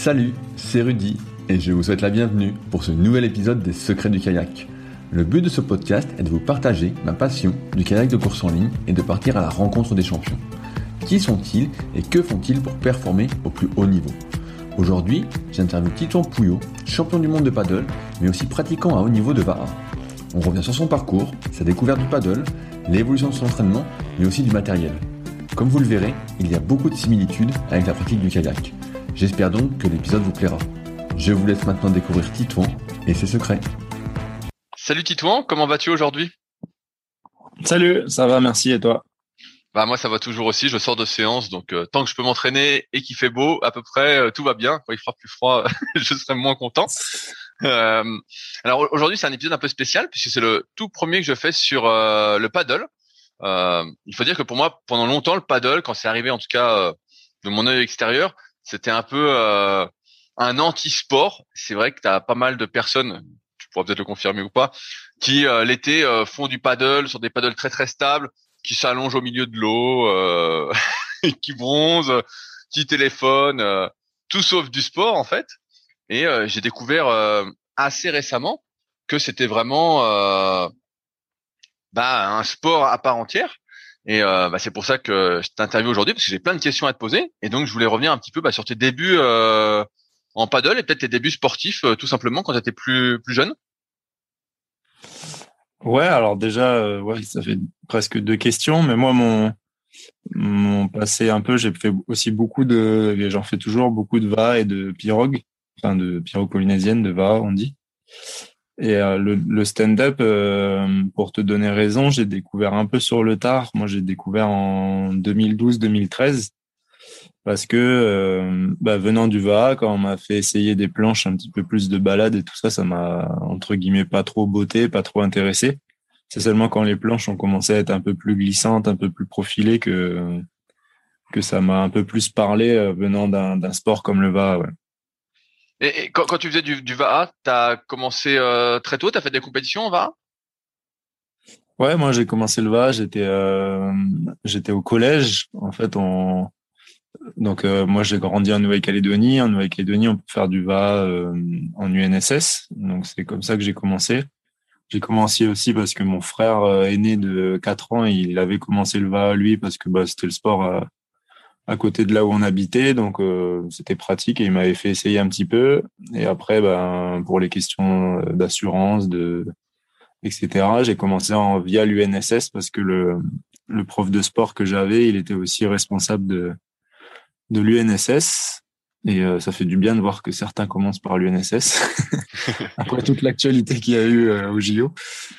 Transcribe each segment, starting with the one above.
Salut, c'est Rudy et je vous souhaite la bienvenue pour ce nouvel épisode des Secrets du kayak. Le but de ce podcast est de vous partager ma passion du kayak de course en ligne et de partir à la rencontre des champions. Qui sont-ils et que font-ils pour performer au plus haut niveau ? Aujourd'hui, j'interviewe Titouan Pouillot, champion du monde de paddle, mais aussi pratiquant à haut niveau de Vaha. On revient sur son parcours, sa découverte du paddle, l'évolution de son entraînement, mais aussi du matériel. Comme vous le verrez, il y a beaucoup de similitudes avec la pratique du kayak. J'espère donc que l'épisode vous plaira. Je vous laisse maintenant découvrir Titouan et ses secrets. Salut Titouan, comment vas-tu aujourd'hui ? Salut, ça va, merci, et toi ? Moi ça va toujours aussi, je sors de séance, donc tant que je peux m'entraîner et qu'il fait beau, à peu près tout va bien. Quand il fera plus froid, je serai moins content. Alors aujourd'hui c'est un épisode un peu spécial puisque c'est le tout premier que je fais sur le paddle. Il faut dire que pour moi, pendant longtemps, le paddle, quand c'est arrivé en tout cas de mon œil extérieur, c'était un peu un anti-sport. C'est vrai que tu as pas mal de personnes, tu pourras peut-être le confirmer ou pas, qui l'été font du paddle sur des paddles très très stables, qui s'allongent au milieu de l'eau, qui bronzent, qui téléphonent, tout sauf du sport en fait. Et j'ai découvert assez récemment que c'était vraiment un sport à part entière. Et c'est pour ça que je t'interviewe aujourd'hui, parce que j'ai plein de questions à te poser. Et donc, je voulais revenir un petit peu sur tes débuts en paddle et peut-être tes débuts sportifs, tout simplement, quand tu étais plus jeune. Ouais, alors déjà, ça fait presque 2 questions. Mais moi, mon passé un peu, j'ai fait aussi j'en fais toujours beaucoup de Vaha et de pirogue, enfin de pirogue polynésienne, de Vaha, on dit. Et le stand-up, pour te donner raison, j'ai découvert un peu sur le tard. Moi, j'ai découvert en 2012-2013 parce que venant du Vaha, quand on m'a fait essayer des planches un petit peu plus de balade et tout ça, ça m'a entre guillemets pas trop botté, pas trop intéressé. C'est seulement quand les planches ont commencé à être un peu plus glissantes, un peu plus profilées que ça m'a un peu plus parlé venant d'un sport comme le Vaha, ouais. Et quand tu faisais du Vaha, t'as commencé très tôt, t'as fait des compétitions en Vaha ? Ouais, moi j'ai commencé le Vaha, j'étais au collège. En fait, moi j'ai grandi en Nouvelle-Calédonie. En Nouvelle-Calédonie, on peut faire du Vaha en UNSS. Donc c'est comme ça que j'ai commencé. J'ai commencé aussi parce que mon frère aîné de 4 ans, il avait commencé le Vaha lui parce que c'était le sport à côté de là où on habitait, donc c'était pratique et il m'avait fait essayer un petit peu. Et après, pour les questions d'assurance, etc., j'ai commencé via l'UNSS parce que le prof de sport que j'avais, il était aussi responsable de l'UNSS. Et ça fait du bien de voir que certains commencent par l'UNSS après toute l'actualité qu'il y a eu au JO.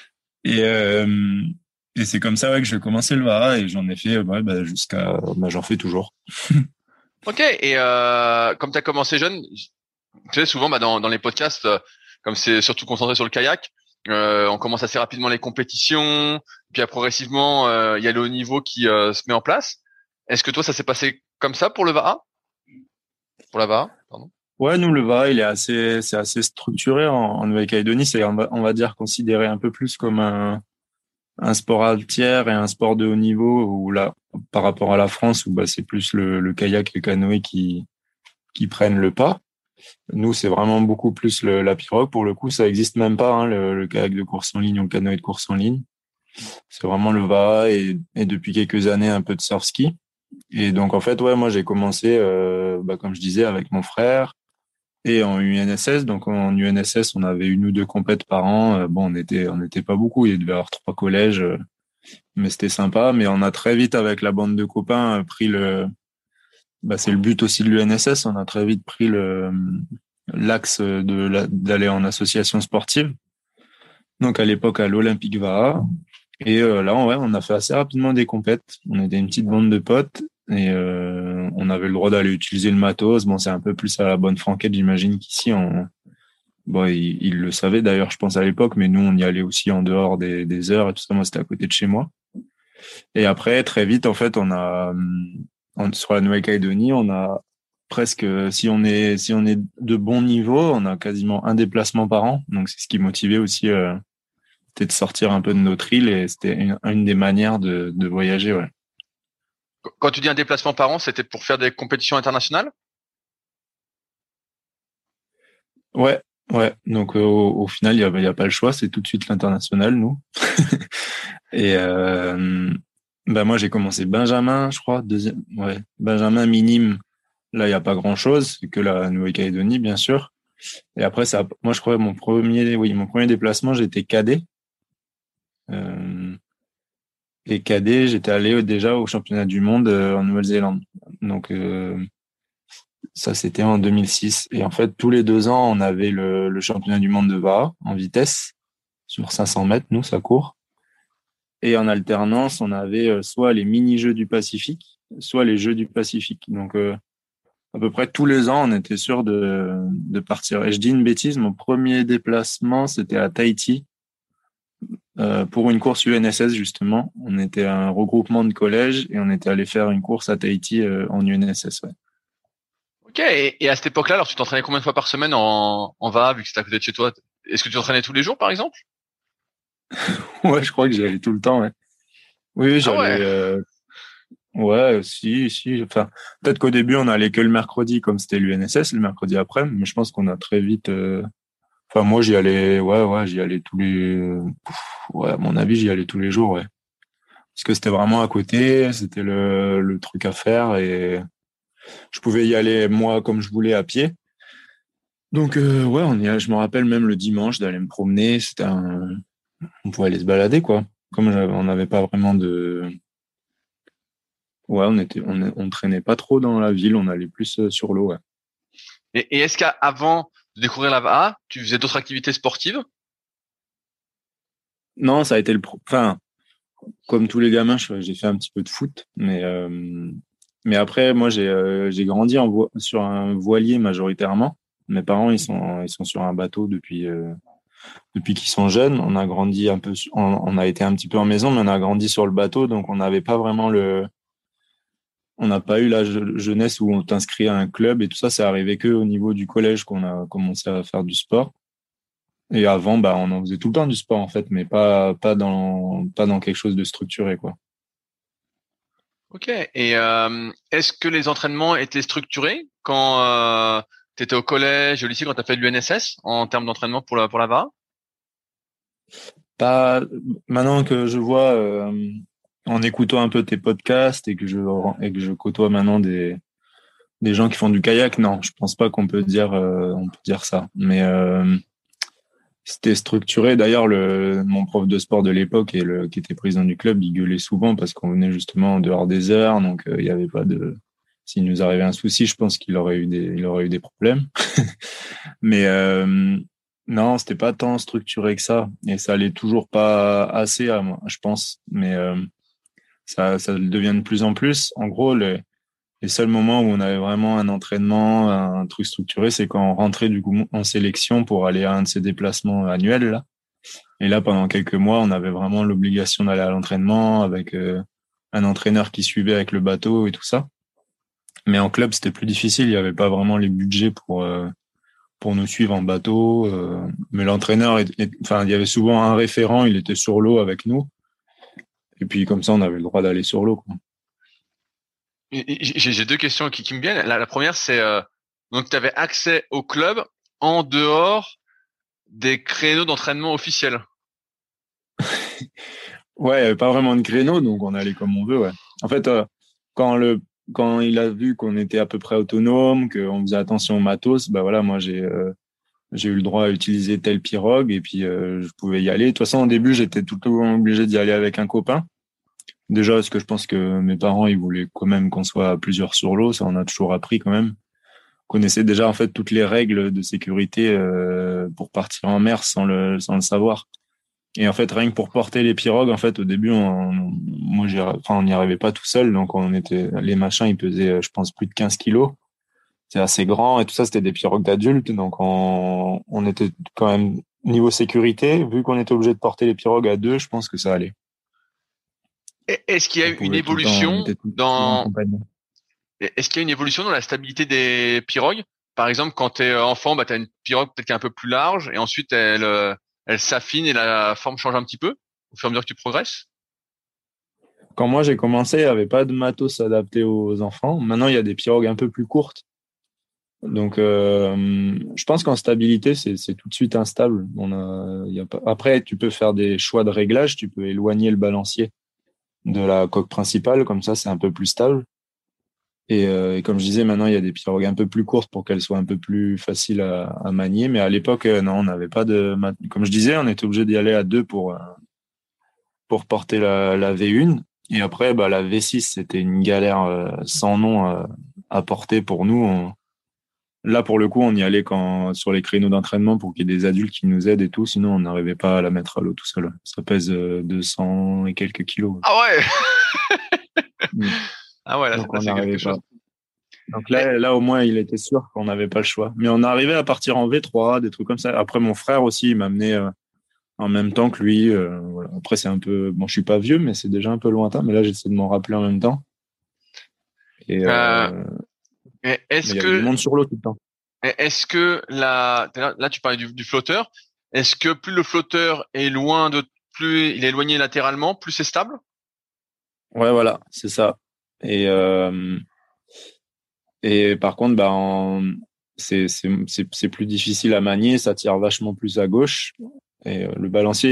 Et c'est comme ça que j'ai commencé le Vaha et j'en ai fait j'en fais toujours. Ok, et comme tu as commencé jeune, tu sais, souvent dans les podcasts, comme c'est surtout concentré sur le kayak, on commence assez rapidement les compétitions, puis progressivement, il y a le haut niveau qui se met en place. Est-ce que toi, ça s'est passé comme ça pour le Vaha ? Pour la Vaha, pardon. Ouais, nous, le Vaha, c'est assez structuré en Nouvelle-Calédonie. C'est, on va dire, considéré un peu plus comme un sport altière et un sport de haut niveau, où là, par rapport à la France, où c'est plus le kayak et le canoë qui prennent le pas. Nous, c'est vraiment beaucoup plus la pirogue. Pour le coup, ça existe même pas, hein, le kayak de course en ligne ou le canoë de course en ligne. C'est vraiment le Vaha et depuis quelques années, un peu de surf ski. Et donc, en fait, ouais, moi, j'ai commencé, comme je disais, avec mon frère et en UNSS. Donc, en UNSS, on avait 1 ou 2 compètes par an. On était pas beaucoup. Il devait y avoir 3 collèges, mais c'était sympa. Mais on a très vite, avec la bande de copains, pris c'est le but aussi de l'UNSS. On a très vite pris l'axe d'aller en association sportive. Donc, à l'époque, à l'Olympique Vaha. Et là, on a fait assez rapidement des compètes. On était une petite bande de potes et on avait le droit d'aller utiliser le matos. Bon, c'est un peu plus à la bonne franquette, j'imagine qu'ici, ils le savaient d'ailleurs, je pense à l'époque, mais nous, on y allait aussi en dehors des heures et tout ça. Moi, c'était à côté de chez moi. Et après, très vite, en fait, sur la Nouvelle-Calédonie, on a presque, si on est de bon niveau, on a quasiment un déplacement par an. Donc, c'est ce qui motivait aussi, c'était de sortir un peu de notre île et c'était une des manières de voyager, ouais. Quand tu dis un déplacement par an, c'était pour faire des compétitions internationales ? Ouais, ouais. Donc au final, il y a pas le choix, c'est tout de suite l'international, nous. Et bah moi j'ai commencé Benjamin, je crois, deuxième, ouais, Benjamin minime. Là, il y a pas grand-chose, c'est que la Nouvelle-Calédonie, bien sûr. Et après ça, moi je crois mon premier déplacement, j'étais cadet. Euh, et cadet, j'étais allé déjà au championnat du monde en Nouvelle-Zélande. Donc ça c'était en 2006. Et en fait tous les 2 ans, on avait le championnat du monde de VAA en vitesse sur 500 mètres. Nous, ça court. Et en alternance, on avait soit les mini-jeux du Pacifique, soit les Jeux du Pacifique. Donc, à peu près tous les ans, on était sûr de partir. Et je dis une bêtise, mon premier déplacement, c'était à Tahiti, pour une course UNSS, justement. On était un regroupement de collèges et on était allé faire une course à Tahiti, en UNSS, ouais. Ok, et à cette époque-là, alors tu t'entraînais combien de fois par semaine en VA, vu que c'était à côté de chez toi? Est-ce que tu t'entraînais tous les jours, par exemple? Ouais, je crois que j'y allais tout le temps, ouais. Oui, Ah j'allais, ouais. ouais, si. Enfin, peut-être qu'au début, on allait que le mercredi, comme c'était l'UNSS, le mercredi après, mais je pense qu'on a très vite, enfin, moi, j'y allais, ouais, j'y allais ouais, à mon avis, j'y allais tous les jours, ouais. Parce que c'était vraiment à côté, c'était le truc à faire et je pouvais y aller, moi, comme je voulais, à pied. Donc, ouais, je me rappelle même le dimanche d'aller me promener, on pouvait aller se balader, quoi. On n'avait pas vraiment ouais, on traînait pas trop dans la ville, on allait plus sur l'eau, ouais. Et est-ce qu'avant de découvrir la VA, tu faisais d'autres activités sportives? Non, ça a été enfin, comme tous les gamins, j'ai fait un petit peu de foot, mais après, moi, j'ai grandi sur un voilier majoritairement. Mes parents, ils sont sur un bateau depuis qu'ils sont jeunes. On a grandi un peu, on a été un petit peu en maison, mais on a grandi sur le bateau, donc on n'avait pas vraiment on n'a pas eu la jeunesse où on t'inscrit à un club et tout ça. C'est arrivé que au niveau du collège qu'on a commencé à faire du sport. Et avant, bah, on en faisait tout le temps du sport, en fait, mais pas dans quelque chose de structuré, quoi. Ok. Et est-ce que les entraînements étaient structurés quand tu étais au collège, au lycée, quand tu as fait de l'UNSS en termes d'entraînement pour la VA? Pas, maintenant que je vois, en écoutant un peu tes podcasts et que je côtoie maintenant des gens qui font du kayak, non, je pense pas on peut dire ça. Mais, c'était structuré. D'ailleurs, mon prof de sport de l'époque qui était président du club, il gueulait souvent parce qu'on venait justement en dehors des heures. Donc, il y avait pas s'il nous arrivait un souci, je pense il aurait eu des problèmes. Mais, non, c'était pas tant structuré que ça. Et ça allait toujours pas assez à moi, je pense. Mais, ça le devient de plus en plus. En gros, les seuls moments où on avait vraiment un entraînement, un truc structuré, c'est quand on rentrait du coup en sélection pour aller à un de ces déplacements annuels là. Et là, pendant quelques mois, on avait vraiment l'obligation d'aller à l'entraînement avec un entraîneur qui suivait avec le bateau et tout ça. Mais en club, c'était plus difficile. Il n'y avait pas vraiment les budgets pour nous suivre en bateau. Mais l'entraîneur, enfin, il y avait souvent un référent. Il était sur l'eau avec nous. Et puis comme ça, on avait le droit d'aller sur l'eau, quoi. J'ai deux questions qui me viennent. La première, c'est donc tu avais accès au club en dehors des créneaux d'entraînement officiels. Ouais, il n'y avait pas vraiment de créneau, donc on allait comme on veut, ouais. En fait, quand quand il a vu qu'on était à peu près autonome, qu'on faisait attention au matos, bah voilà, moi j'ai eu le droit à utiliser telle pirogue et puis je pouvais y aller. De toute façon, au début, j'étais tout le temps obligé d'y aller avec un copain. Déjà parce que je pense que mes parents, ils voulaient quand même qu'on soit à plusieurs sur l'eau, ça on a toujours appris quand même. On connaissait déjà en fait toutes les règles de sécurité pour partir en mer sans le savoir. Et en fait, rien que pour porter les pirogues, en fait, au début, on n'y arrivait pas tout seul. Donc, les machins, ils pesaient, je pense, plus de 15 kilos. C'est assez grand et tout ça, c'était des pirogues d'adultes. Donc, on était quand même, niveau sécurité, vu qu'on était obligé de porter les pirogues à deux, je pense que ça allait. Est-ce qu'il y a eu une On évolution était tout le temps en dans compagnie. est-ce qu'il y a une évolution dans la stabilité des pirogues? Par exemple, quand tu es enfant, bah, tu as une pirogue peut-être qui est un peu plus large et ensuite elle s'affine et la forme change un petit peu au fur et à mesure que tu progresses. Quand moi j'ai commencé, il n'y avait pas de matos adapté aux enfants. Maintenant, il y a des pirogues un peu plus courtes Donc, je pense qu'en stabilité, c'est tout de suite instable. Y a pas... Après, tu peux faire des choix de réglage. Tu peux éloigner le balancier de la coque principale, comme ça, c'est un peu plus stable. Et comme je disais, maintenant, il y a des pirogues un peu plus courtes pour qu'elles soient un peu plus faciles à manier. Mais à l'époque, non, on n'avait pas de... Comme je disais, on était obligé d'y aller à deux pour porter la V1. Et après, bah, la V6, c'était une galère sans nom à porter pour nous. Là, pour le coup, on y allait sur les créneaux d'entraînement pour qu'il y ait des adultes qui nous aident et tout. Sinon, on n'arrivait pas à la mettre à l'eau tout seul. Ça pèse 200 et quelques kilos. Ah ouais. Mm. Ah ouais, là, Donc, là, on c'est quelque n'arrivait pas. chose. Donc Mais, là, au moins, il était sûr qu'on n'avait pas le choix. Mais on arrivait à partir en V3, des trucs comme ça. Après, mon frère aussi, il m'a amené en même temps que lui. Voilà. Après, c'est un peu... Bon, je suis pas vieux, mais c'est déjà un peu lointain. Mais là, j'essaie de m'en rappeler en même temps. Et euh, mais mais il y avait du monde sur l'eau tout le temps. est-ce que là, tu parlais du flotteur. Est-ce que plus le flotteur est plus il est éloigné latéralement, plus c'est stable? Ouais, voilà, c'est ça. Et, euh, et par contre, bah, c'est plus difficile à manier, ça tire vachement plus à gauche. Et le balancier,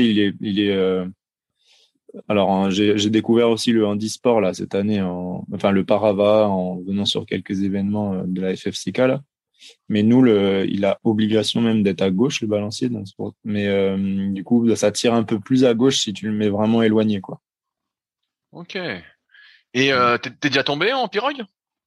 alors, hein, j'ai découvert aussi le handisport là cette année, enfin le parava en venant sur quelques événements de la FFCK là. Mais nous, il a obligation même d'être à gauche le balancier dans le sport. Mais du coup, ça tire un peu plus à gauche si tu le mets vraiment éloigné, quoi. Ok. Et t'es déjà tombé en pirogue?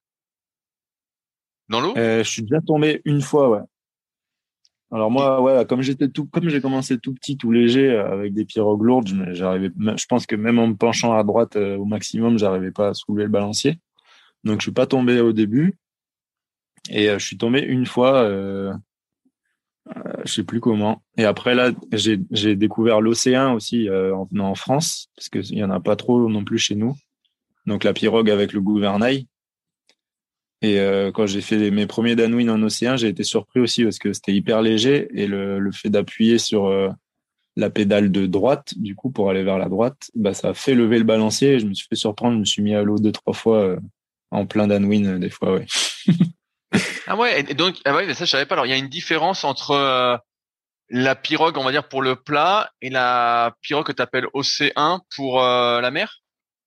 Dans l'eau? Je suis déjà tombé une fois, ouais. Alors Et- moi, ouais, comme j'ai commencé tout petit, tout léger, avec des pirogues lourdes, je pense que même en me penchant à droite au maximum, j'arrivais pas à soulever le balancier. Donc je suis pas tombé au début et je suis tombé une fois, je sais plus comment. Et après là, j'ai découvert l'océan aussi en venant en France parce que il y en a pas trop non plus chez nous. Donc la pirogue avec le gouvernail. Et quand j'ai fait mes premiers downwind en océan, j'ai été surpris aussi parce que c'était hyper léger et le fait d'appuyer sur la pédale de droite, du coup, pour aller vers la droite, bah, ça a fait lever le balancier et je me suis fait surprendre. Je me suis mis à l'eau 2, 3 fois en plein downwind, des fois, ouais. Ah ouais. Et donc, ah ouais, mais ça, je savais pas. Alors, il y a une différence entre la pirogue, on va dire pour le plat, et la pirogue que t'appelles OC1 pour la mer.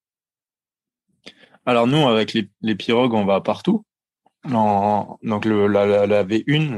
Alors nous, avec les pirogues, on va partout. Donc la V1,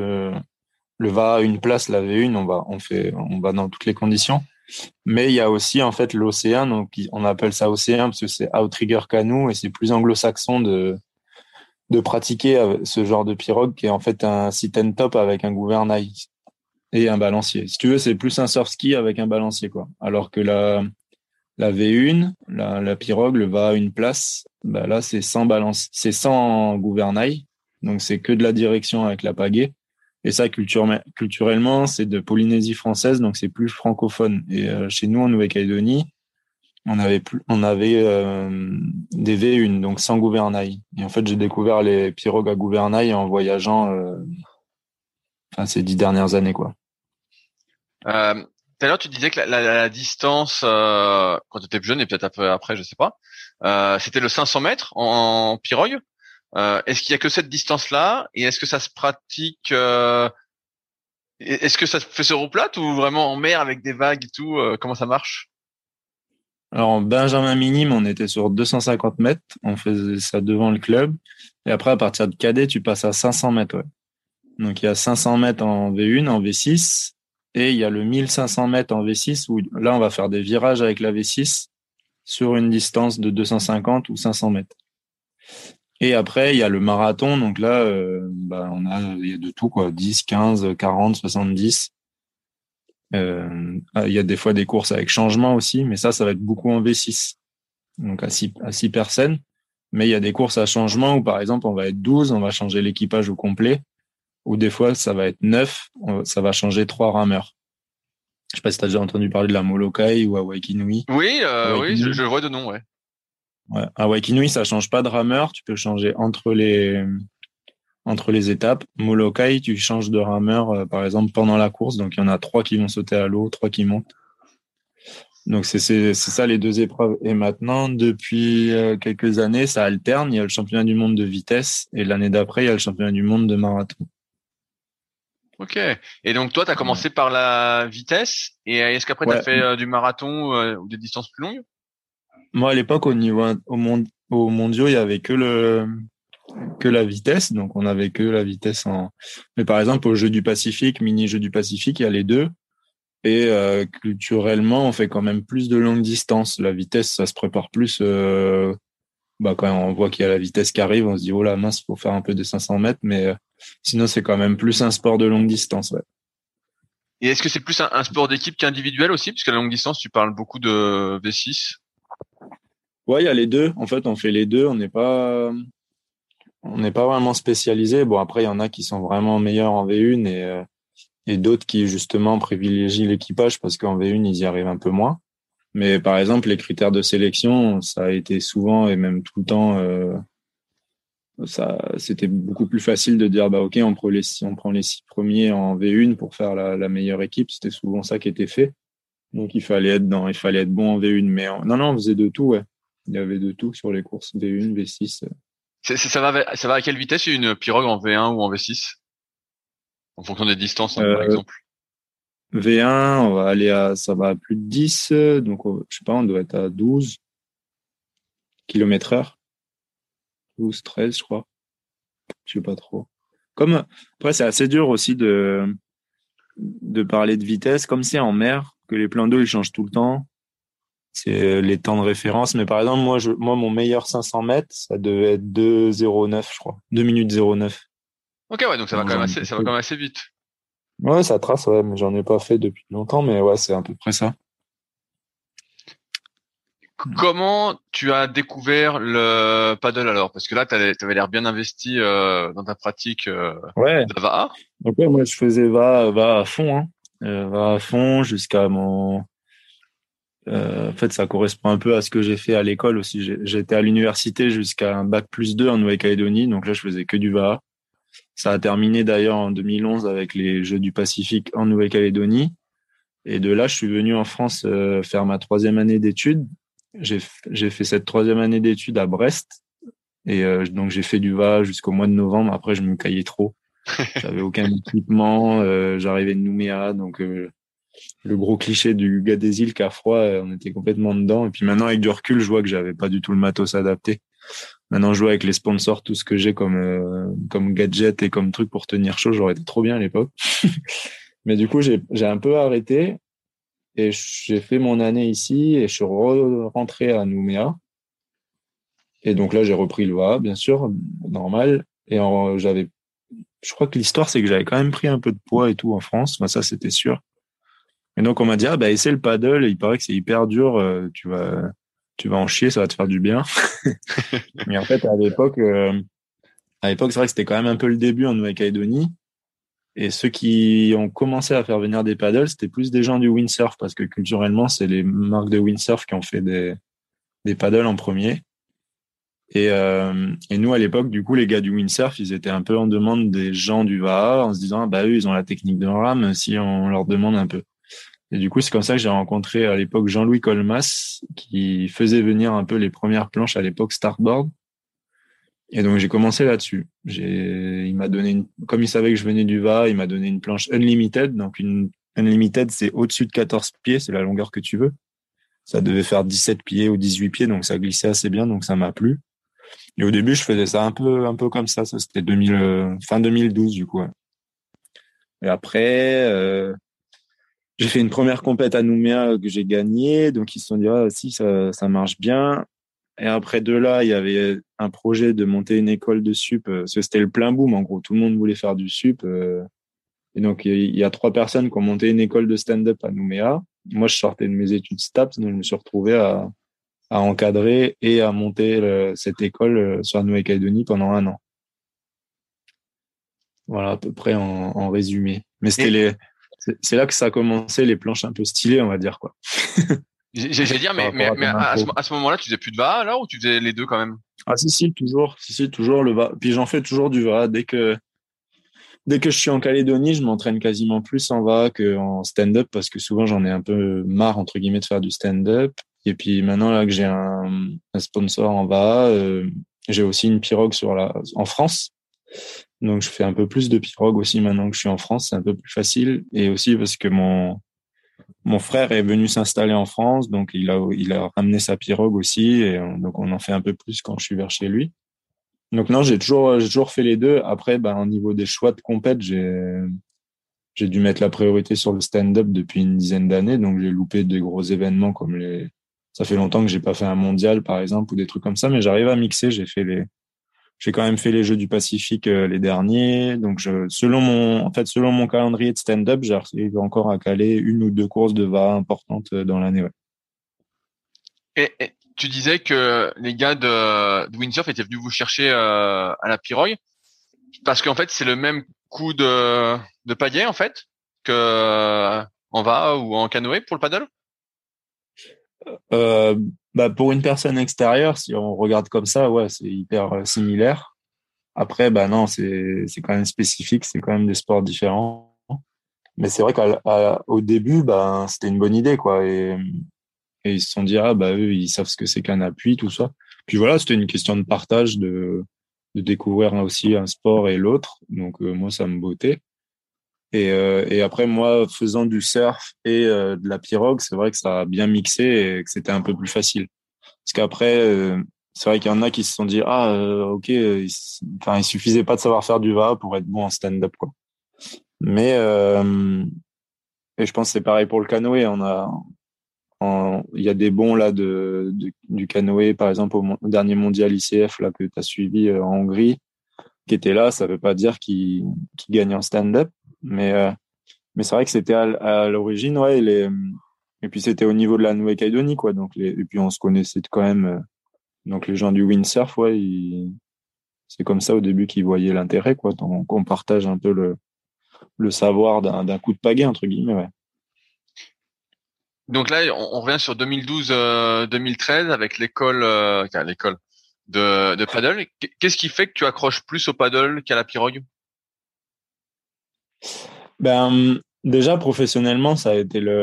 le va à une place, la V1, on va dans toutes les conditions. Mais il y a aussi en fait l'océan, donc on appelle ça océan parce que c'est outrigger canoe et c'est plus anglo-saxon de pratiquer ce genre de pirogue qui est en fait un sit and top avec un gouvernail et un balancier. Si tu veux, c'est plus un surf ski avec un balancier, quoi. Alors que la V1, la pirogue, le va à une place, bah là, c'est sans gouvernail. Donc, c'est que de la direction avec la pagaie. Et ça, culturellement, c'est de Polynésie française, donc c'est plus francophone. Et chez nous, en Nouvelle-Calédonie, on avait des V1, donc sans gouvernail. Et en fait, j'ai découvert les pirogues à gouvernail en voyageant ces 10 dernières années, quoi. Tout à l'heure, tu disais que la distance, quand tu étais plus jeune et peut-être un peu après, je sais pas, c'était le 500 mètres en pirogue. Est-ce qu'il y a que cette distance-là et est-ce que ça se pratique est-ce que ça se fait sur eau plate ou vraiment en mer avec des vagues et tout comment ça marche? Alors, en Benjamin minime, on était sur 250 mètres. On faisait ça devant le club. Et après, à partir de cadet, tu passes à 500 mètres, ouais. Donc, il y a 500 mètres en V1, en V6. Et il y a le 1500 mètres en V6 où là, on va faire des virages avec la V6 sur une distance de 250 ou 500 mètres. Et après, il y a le marathon. Donc là, il y a de tout, quoi. 10, 15, 40, 70. Il y a des fois des courses avec changement aussi, mais ça va être beaucoup en V6. Donc à 6 personnes. Mais il y a des courses à changement où, par exemple, on va être 12, on va changer l'équipage au complet. Ou des fois, ça va être 9, ça va changer 3 rameurs. Je sais pas si tu as déjà entendu parler de la Molokai ou à Waikinui. Oui, oui, Waikinui, je le vois de nom, ouais. ouais. À Waikinui, ça change pas de rameur. Tu peux changer entre les étapes. Molokai, tu changes de rameur, par exemple, pendant la course. Donc, il y en a 3 qui vont sauter à l'eau, 3 qui montent. Donc c'est ça les deux épreuves. Et maintenant, depuis quelques années, ça alterne. Il y a le championnat du monde de vitesse et l'année d'après, il y a le championnat du monde de marathon. Ok. Et donc toi, tu as Ouais. commencé par la vitesse et est-ce qu'après tu as Ouais. fait du marathon ou des distances plus longues? Moi, à l'époque, au mondiaux, il y avait que la vitesse. Donc, on avait que la vitesse mais par exemple, au Jeux du Pacifique, mini-Jeux du Pacifique, il y a les deux. Et culturellement, on fait quand même plus de longue distance. La vitesse, ça se prépare plus. Quand on voit qu'il y a la vitesse qui arrive, on se dit, oh là, mince, faut faire un peu des 500 mètres. Mais sinon, c'est quand même plus un sport de longue distance. Ouais. Et est-ce que c'est plus un sport d'équipe qu'individuel aussi? Puisque la longue distance, tu parles beaucoup de V6. Ouais, il y a les deux. En fait, on fait les deux. On n'est pas vraiment spécialisé. Bon, après, il y en a qui sont vraiment meilleurs en V1 et d'autres qui, justement, privilégient l'équipage parce qu'en V1, ils y arrivent un peu moins. Mais par exemple, les critères de sélection, ça a été souvent et même tout le temps, c'était beaucoup plus facile de dire, bah, OK, on prend les 6 premiers en V1 pour faire la meilleure équipe. C'était souvent ça qui était fait. Donc, il fallait être bon en V1. Mais non, on faisait de tout, ouais. Il y avait de tout sur les courses V1, V6. Ça va à quelle vitesse une pirogue en V1 ou en V6? En fonction des distances, hein, par Euh, exemple. V1, ça va à plus de 10. Donc, je sais pas, on doit être à 12 km/h. 12, 13, je crois. Je sais pas trop. Après, c'est assez dur aussi de parler de vitesse. Comme c'est en mer, que les plans d'eau, ils changent tout le temps. C'est les temps de référence. Mais par exemple, moi, mon meilleur 500 mètres, ça devait être 2,09, je crois. 2 minutes 09. Ok, ouais, donc ça va quand même assez vite. Ouais, ça trace, ouais, mais j'en ai pas fait depuis longtemps, mais ouais, c'est à peu près ça. Comment tu as découvert le paddle alors? Parce que là, tu avais l'air bien investi dans ta pratique Ouais. de la VAA. Donc ouais, moi je faisais va à fond, hein. Va à fond jusqu'à mon. En fait, ça correspond un peu à ce que j'ai fait à l'école aussi. J'étais à l'université jusqu'à un bac+2 en Nouvelle-Calédonie, donc là je faisais que du va. Ça a terminé d'ailleurs en 2011 avec les Jeux du Pacifique en Nouvelle-Calédonie. Et de là, je suis venu en France faire ma 3e année d'études. J'ai fait cette 3e année d'études à Brest. Et donc j'ai fait du va jusqu'au mois de novembre. Après, je me caillais trop. J'avais aucun équipement. J'arrivais de Nouméa, donc le gros cliché du gars des îles qui a froid, on était complètement dedans. Et puis maintenant, avec du recul, je vois que j'avais pas du tout le matos adapté. Maintenant, je vois avec les sponsors tout ce que j'ai comme gadget et comme truc pour tenir chaud, j'aurais été trop bien à l'époque. Mais du coup, j'ai un peu arrêté et j'ai fait mon année ici et je suis rentré à Nouméa. Et donc là, j'ai repris le VA, bien sûr, normal. Et je crois que l'histoire, c'est que j'avais quand même pris un peu de poids et tout en France. Bah, ça, c'était sûr. Et donc, on m'a dit, ah, bah, essaie le paddle. Il paraît que c'est hyper dur. Tu vas en chier, ça va te faire du bien. Mais en fait, c'est vrai que c'était quand même un peu le début en Nouvelle-Calédonie. Et ceux qui ont commencé à faire venir des paddles, c'était plus des gens du windsurf parce que culturellement, c'est les marques de windsurf qui ont fait des paddles en premier. Et nous, à l'époque, du coup, les gars du windsurf, ils étaient un peu en demande des gens du VAA en se disant, ah, bah, eux, ils ont la technique de rame si on leur demande un peu. Et du coup, c'est comme ça que j'ai rencontré à l'époque Jean-Louis Colmas, qui faisait venir un peu les premières planches à l'époque Startboard. Et donc, j'ai commencé là-dessus. Il m'a donné comme il savait que je venais du VAA, il m'a donné une planche Unlimited. Donc, une Unlimited, c'est au-dessus de 14 pieds, c'est la longueur que tu veux. Ça devait faire 17 pieds ou 18 pieds, donc ça glissait assez bien, donc ça m'a plu. Et au début, je faisais ça un peu comme ça. Ça, c'était fin 2012, du coup. Ouais. Et après, j'ai fait une première compète à Nouméa que j'ai gagnée. Donc, ils se sont dit, ah, si, ça marche bien. Et après de là, il y avait un projet de monter une école de sup, parce que c'était le plein boom, en gros. Tout le monde voulait faire du sup. Et donc, il y a 3 personnes qui ont monté une école de stand-up à Nouméa. Moi, je sortais de mes études STAPS, donc je me suis retrouvé à encadrer et à monter cette école sur la Nouvelle-Calédonie pendant 1 an. Voilà, à peu près en résumé. Mais c'est là que ça a commencé, les planches un peu stylées, on va dire, quoi. J'allais dire, mais à ce moment-là, tu faisais plus de VAA alors ou tu faisais les deux quand même? Ah, si, toujours. Si, toujours le va. Puis j'en fais toujours du va. Dès que je suis en Calédonie, je m'entraîne quasiment plus en VA qu'en stand-up parce que souvent j'en ai un peu marre entre guillemets de faire du stand-up. Et puis maintenant là que j'ai un sponsor en VA, j'ai aussi une pirogue en France. Donc je fais un peu plus de pirogue aussi maintenant que je suis en France, c'est un peu plus facile. Et aussi parce que mon frère est venu s'installer en France, donc il a ramené sa pirogue aussi, et donc on en fait un peu plus quand je suis vers chez lui. Donc non, j'ai toujours fait les deux. Après, au niveau des choix de compète, j'ai dû mettre la priorité sur le stand-up depuis une dizaine d'années, donc j'ai loupé de gros événements comme ça fait longtemps que j'ai pas fait un mondial par exemple ou des trucs comme ça, mais j'arrive à mixer. J'ai quand même fait les Jeux du Pacifique les derniers, donc selon mon calendrier de stand-up, j'arrive encore à caler une ou deux courses de VA importantes dans l'année. Ouais. Et tu disais que les gars de Windsurf étaient venus vous chercher à la pirogue parce qu'en fait c'est le même coup de pagaie en fait que en VA ou en canoë pour le paddle. Pour une personne extérieure, si on regarde comme ça, ouais, c'est hyper similaire. Après, non, c'est quand même spécifique, c'est quand même des sports différents. Mais c'est vrai qu'au début, c'était une bonne idée, quoi. Et ils se sont dit, eux, ils savent ce que c'est qu'un appui, tout ça. Puis voilà, c'était une question de partage, de découvrir aussi un sport et l'autre. Donc, moi, ça me bottait. Et après, moi, faisant du surf et de la pirogue, c'est vrai que ça a bien mixé et que c'était un peu plus facile. Parce qu'après, c'est vrai qu'il y en a qui se sont dit, ok, il suffisait pas de savoir faire du VA pour être bon en stand-up, quoi. Mais, et je pense que c'est pareil pour le canoë. Il y a des bons là du canoë, par exemple au dernier mondial ICF là que tu as suivi en Hongrie, qui était là. Ça veut pas dire qu'ils gagnent en stand-up, mais c'est vrai que c'était à l'origine, ouais. Et puis c'était au niveau de la Nouvelle-Calédonie, quoi. Donc et puis on se connaissait quand même. Donc les gens du windsurf, ouais, c'est comme ça au début qu'ils voyaient l'intérêt, quoi. Donc on partage un peu le savoir d'un coup de pagaie entre guillemets, ouais. Donc là, on revient sur 2012-2013 avec l'école de paddle. Qu'est-ce qui fait que tu accroches plus au paddle qu'à la pirogue? Déjà professionnellement, ça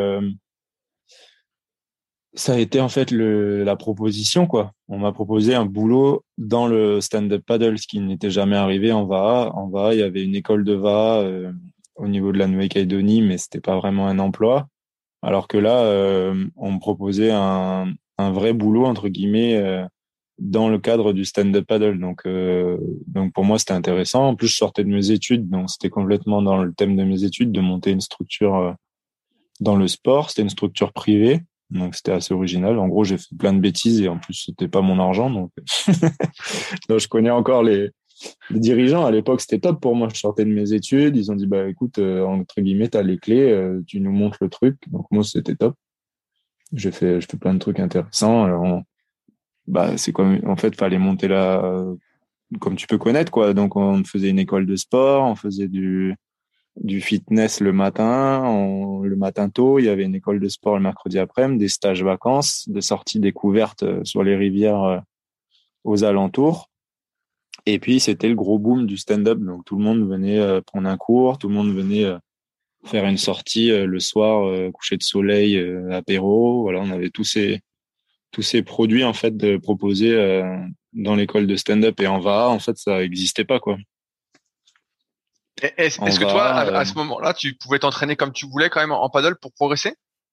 a été en fait la proposition, quoi. On m'a proposé un boulot dans le stand-up paddle, ce qui n'était jamais arrivé en VA. En VA, il y avait une école de VA au niveau de la Nouvelle-Calédonie, mais c'était pas vraiment un emploi. Alors que là, on me proposait un vrai boulot, entre guillemets, dans le cadre du stand-up paddle. Donc pour moi, c'était intéressant. En plus, je sortais de mes études, donc c'était complètement dans le thème de mes études de monter une structure dans le sport. C'était une structure privée, donc c'était assez original. En gros, j'ai fait plein de bêtises et en plus, c'était pas mon argent. Donc, donc je connais encore les dirigeants. À l'époque, c'était top pour moi. Je sortais de mes études. Ils ont dit, écoute, entre guillemets, t'as les clés, tu nous montres le truc. Donc moi, c'était top. Je fais plein de trucs intéressants. Alors, c'est comme, en fait, fallait monter là, comme tu peux connaître, quoi. Donc on faisait une école de sport, on faisait du fitness le matin, le matin tôt. Il y avait une école de sport le mercredi après-midi, des stages vacances, des sorties découvertes sur les rivières aux alentours. Et puis, c'était le gros boom du stand-up. Donc, tout le monde venait prendre un cours, tout le monde venait faire une sortie le soir, coucher de soleil, apéro. Voilà, on avait tous ces produits, en fait, de proposer dans l'école de stand-up et en VA. En fait, ça n'existait pas, quoi. Est-ce que toi, à ce moment-là, tu pouvais t'entraîner comme tu voulais quand même en paddle pour progresser?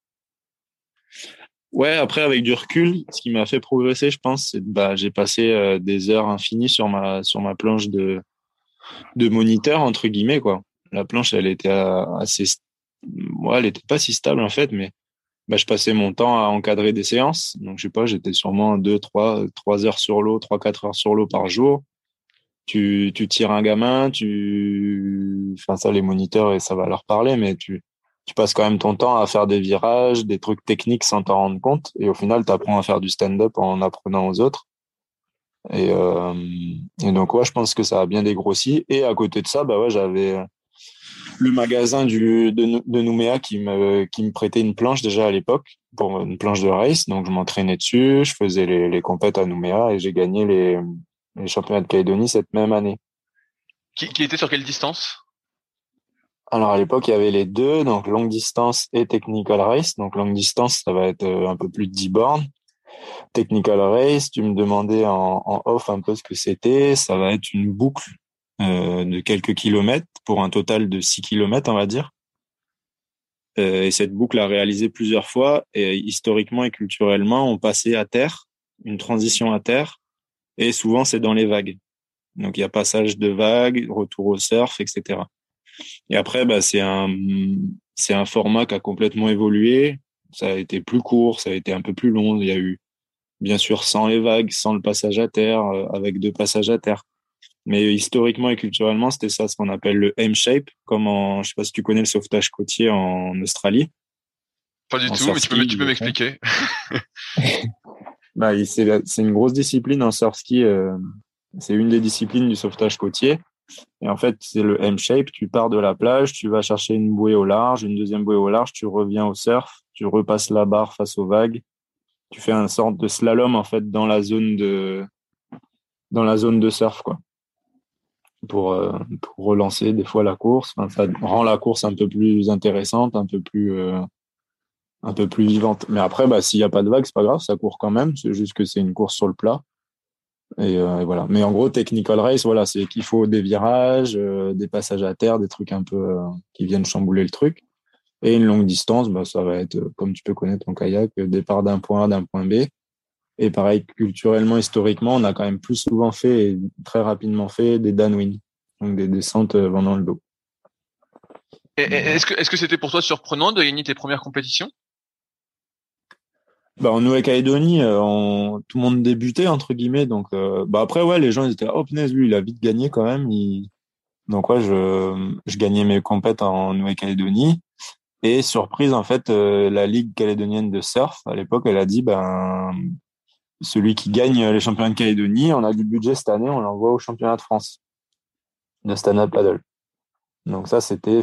Ouais, après avec du recul, ce qui m'a fait progresser, je pense, c'est j'ai passé des heures infinies sur ma planche de moniteur entre guillemets, quoi. La planche, elle était elle était pas si stable en fait, mais je passais mon temps à encadrer des séances. Donc je sais pas, j'étais sûrement 3 heures sur l'eau, 3-4 heures sur l'eau par jour. Tu tires un gamin, enfin ça les moniteurs et ça va leur parler, mais tu passes quand même ton temps à faire des virages, des trucs techniques sans t'en rendre compte. Et au final, tu apprends à faire du stand-up en apprenant aux autres. Et donc, ouais, je pense que ça a bien dégrossi. Et à côté de ça, ouais, j'avais le magasin de Nouméa qui me prêtait une planche déjà à l'époque, pour une planche de race. Donc, je m'entraînais dessus, je faisais les compètes à Nouméa et j'ai gagné les championnats de Calédonie cette même année. Qui était sur quelle distance? Alors à l'époque, il y avait les deux, donc longue distance et technical race. Donc longue distance, ça va être un peu plus de 10 bornes. Technical race, tu me demandais en off un peu ce que c'était. Ça va être une boucle de quelques kilomètres pour un total de 6 kilomètres, on va dire. Et cette boucle a réalisé plusieurs fois. Et historiquement et culturellement, on passait à terre, une transition à terre. Et souvent, c'est dans les vagues. Donc il y a passage de vagues, retour au surf, etc. Et après, bah, c'est un format qui a complètement évolué. Ça a été plus court, ça a été un peu plus long. Il y a eu, bien sûr, sans les vagues, sans le passage à terre, avec 2 passages à terre. Mais historiquement et culturellement, c'était ça, ce qu'on appelle le M-shape, je sais pas si tu connais le sauvetage côtier en Australie. Pas du En tout, surf mais ski, tu peux m'expliquer. bah, c'est une grosse discipline en surf ski. C'est une des disciplines du sauvetage côtier. Et en fait, c'est le M-shape. Tu pars de la plage, tu vas chercher une bouée au large, une deuxième bouée au large, tu reviens au surf, tu repasses la barre face aux vagues. Tu fais une sorte de slalom, en fait, dans la zone de surf, quoi. Pour relancer des fois la course. Enfin, ça rend la course un peu plus intéressante, un peu plus vivante. Mais après, bah, s'il n'y a pas de vagues, c'est pas grave, ça court quand même. C'est juste que c'est une course sur le plat. Et voilà. Mais en gros, technical race, voilà, c'est qu'il faut des virages, des passages à terre, des trucs un peu qui viennent chambouler le truc. Et une longue distance, bah, ça va être, comme tu peux connaître en kayak, départ d'un point A, d'un point B. Et pareil, culturellement, historiquement, on a quand même plus souvent fait et très rapidement fait des downwind, donc des descentes vendant le dos. Voilà. Est-ce que c'était pour toi surprenant de gagner tes premières compétitions? Bah, en Nouvelle-Calédonie, tout le monde débutait, entre guillemets. Donc, bah, après, ouais, les gens, ils étaient, oh, punaise, lui, il a vite gagné quand même. Donc, ouais, je gagnais mes compètes en Nouvelle-Calédonie. Et surprise, en fait, la Ligue calédonienne de surf, à l'époque, elle a dit, ben, celui qui gagne les championnats de Calédonie, on a du budget cette année, on l'envoie au championnat de France de stand-up paddle. Donc ça, c'était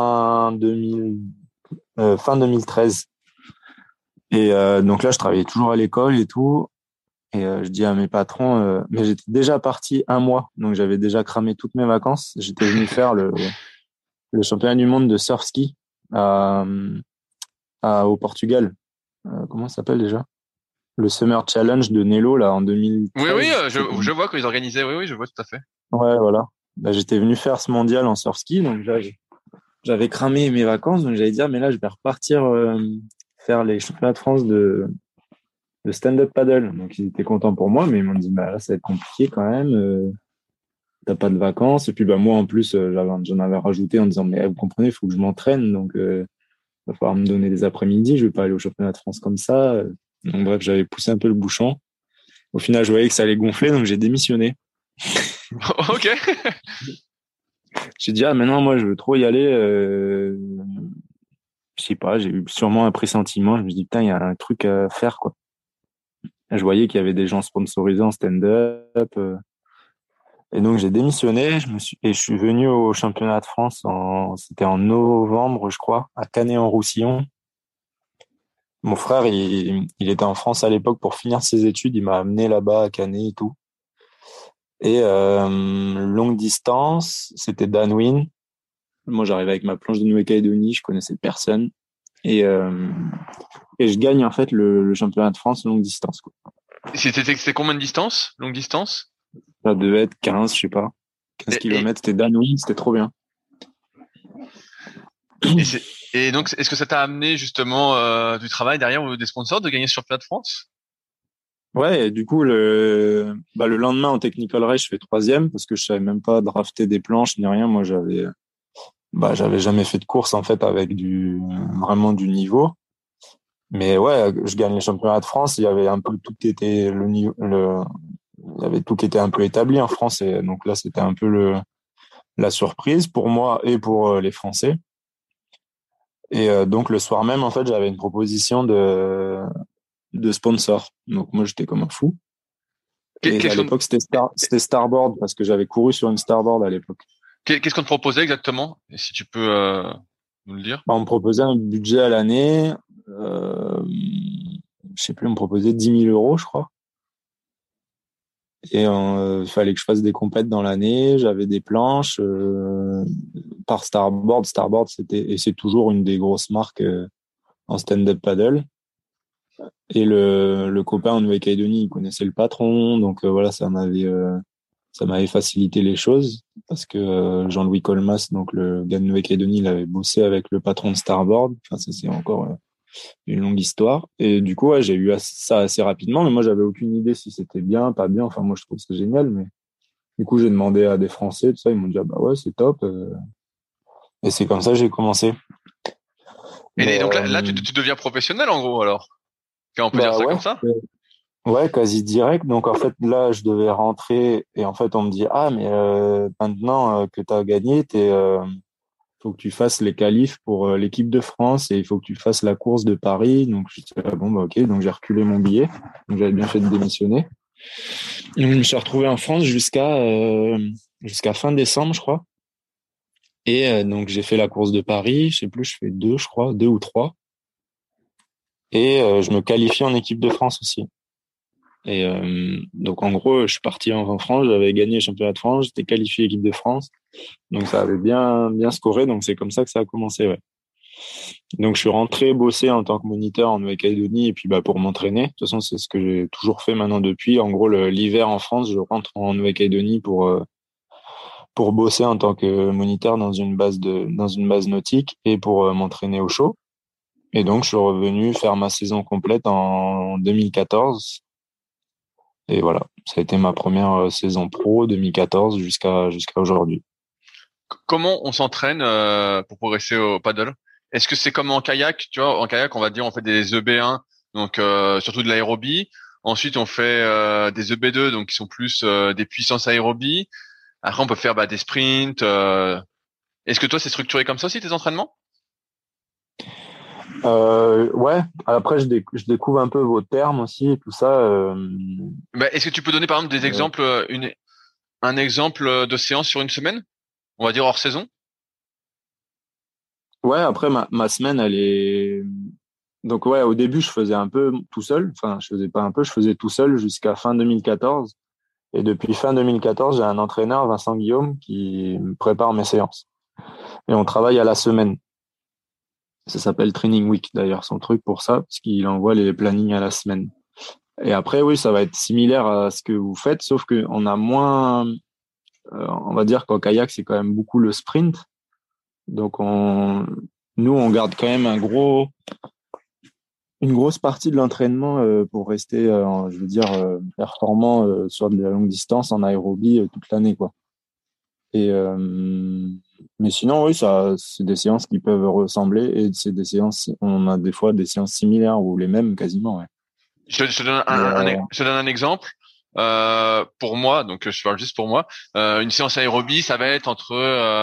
fin 2013. Et donc là, je travaillais toujours à l'école et tout. Et je dis à mes patrons, mais j'étais déjà parti un mois, donc j'avais déjà cramé toutes mes vacances. J'étais venu faire le championnat du monde de surf ski à, au Portugal. Comment ça s'appelle déjà? Le Summer Challenge de Nelo là en Oui, 2013. oui, je vois qu'ils organisaient. Oui, oui, je vois tout à fait. Ouais, voilà. Là, j'étais venu faire ce mondial en surf ski, donc là, j'avais cramé mes vacances, donc j'allais dire, mais là, je vais repartir faire les championnats de France de stand-up paddle. Donc, ils étaient contents pour moi, mais ils m'ont dit, bah là, ça va être compliqué quand même. T'as pas de vacances. Et puis, bah moi, en plus, j'en avais rajouté en disant, mais vous comprenez, il faut que je m'entraîne, donc il va falloir me donner des après-midi. Je vais pas aller au championnat de France comme ça. Donc, bref, j'avais poussé un peu le bouchon. Au final, je voyais que ça allait gonfler, donc j'ai démissionné. Ok. J'ai dit, ah, maintenant, moi, je veux trop y aller. Je sais pas, j'ai eu sûrement un pressentiment. Je me suis dit, putain, il y a un truc à faire, quoi. Je voyais qu'il y avait des gens sponsorisés en stand-up. Et donc, j'ai démissionné. Et je suis venu au championnat de France c'était en novembre, je crois, à Canet-en-Roussillon. Mon frère, il était en France à l'époque pour finir ses études. Il m'a amené là-bas à Canet et tout. Et longue distance, c'était downwind. Moi, j'arrivais avec ma planche de Nouvelle-Calédonie, je connaissais personne. Et je gagne en fait le championnat de France longue distance, quoi. C'était combien de distance? Longue distance? Ça devait être 15, je sais pas. 15 kilomètres, c'était downwind, c'était trop bien. Et donc, est-ce que ça t'a amené justement du travail derrière ou des sponsors de gagner ce championnat de France? Ouais, et du coup, le lendemain en technical race, je fais 3e parce que je savais même pas drafter des planches ni rien. Moi, j'avais jamais fait de course en fait avec vraiment du niveau. Mais ouais, je gagne les championnats de France. Il y avait un peu tout qui était il y avait tout qui était un peu établi en France. Et donc là, c'était un peu la surprise pour moi et pour les Français. Et donc le soir même, en fait, j'avais une proposition de sponsor. Donc moi, j'étais comme un fou. Et à l'époque, c'était Starboard parce que j'avais couru sur une Starboard à l'époque. Qu'est-ce qu'on te proposait exactement? Et si tu peux nous le dire. Bah, on me proposait un budget à l'année. Je sais plus, on me proposait 10 000 euros, je crois. Et il fallait que je fasse des compètes dans l'année. J'avais des planches par Starboard. Starboard, c'est toujours une des grosses marques en stand-up paddle. Et le copain en Nouvelle-Calédonie, il connaissait le patron, donc voilà, ça m'avait facilité les choses parce que Jean-Louis Colmas, donc le gars de Nouvelle-Calédonie, il avait bossé avec le patron de Starboard. Enfin, ça c'est encore une longue histoire. Et du coup, ouais, j'ai eu ça assez rapidement, mais moi j'avais aucune idée si c'était bien, pas bien. Enfin, moi je trouve ça génial, mais du coup j'ai demandé à des Français, tout ça, ils m'ont dit ah bah ouais c'est top. Et c'est comme ça que j'ai commencé. Et Mais donc là tu deviens professionnel en gros alors. On peut dire bah ça ouais. comme ça? Ouais, quasi direct. Donc en fait là, je devais rentrer et en fait on me dit ah mais maintenant que tu as gagné, faut que tu fasses les qualifs pour l'équipe de France et il faut que tu fasses la course de Paris. Donc je dis ah, bon bah ok, donc j'ai reculé mon billet. Donc j'avais bien fait de démissionner. Et je me suis retrouvé en France jusqu'à fin décembre, je crois. Et donc j'ai fait la course de Paris, je sais plus, je fais deux, je crois, deux ou trois. Et je me qualifie en équipe de France aussi. Et donc en gros, je suis parti en France, j'avais gagné le championnat de France, j'étais qualifié équipe de France, donc ça avait bien scoré, donc c'est comme ça que ça a commencé, ouais. Donc je suis rentré bosser en tant que moniteur en Nouvelle-Calédonie et puis bah pour m'entraîner. De toute façon, c'est ce que j'ai toujours fait maintenant depuis. En gros, l'hiver en France, je rentre en Nouvelle-Calédonie pour bosser en tant que moniteur dans une base nautique et pour m'entraîner au chaud. Et donc je suis revenu faire ma saison complète en 2014. Et voilà, ça a été ma première saison pro 2014 jusqu'à aujourd'hui. Comment on s'entraîne pour progresser au paddle? Est-ce que c'est comme en kayak? Tu vois, en kayak, on va dire on fait des EB1, donc surtout de l'aérobie. Ensuite, on fait des EB2, donc qui sont plus des puissances aérobie. Après, on peut faire des sprints. Est-ce que toi, c'est structuré comme ça aussi tes entraînements? Ouais, après je découvre un peu vos termes aussi et tout ça. Est-ce que tu peux donner par exemple des exemples, un exemple de séance sur une semaine? On va dire hors saison? Ouais, après ma semaine elle est donc ouais, au début je faisais un peu tout seul, enfin je faisais pas un peu, je faisais tout seul jusqu'à fin 2014 et depuis fin 2014, j'ai un entraîneur Vincent Guillaume qui me prépare mes séances. Et on travaille à la semaine. Ça s'appelle Training Week d'ailleurs, son truc pour ça parce qu'il envoie les plannings à la semaine. Et après oui, ça va être similaire à ce que vous faites sauf que on a moins on va dire qu'en kayak, c'est quand même beaucoup le sprint. Donc, nous, on garde quand même une grosse partie de l'entraînement pour rester, je veux dire, performant sur de la longue distance en aérobie toute l'année, quoi. Et mais sinon, oui, ça, c'est des séances qui peuvent ressembler et c'est des séances, on a des fois des séances similaires ou les mêmes quasiment, ouais. Je te donne Mais, je te donne un exemple. Pour moi, donc je parle juste pour moi, une séance aérobie, ça va être entre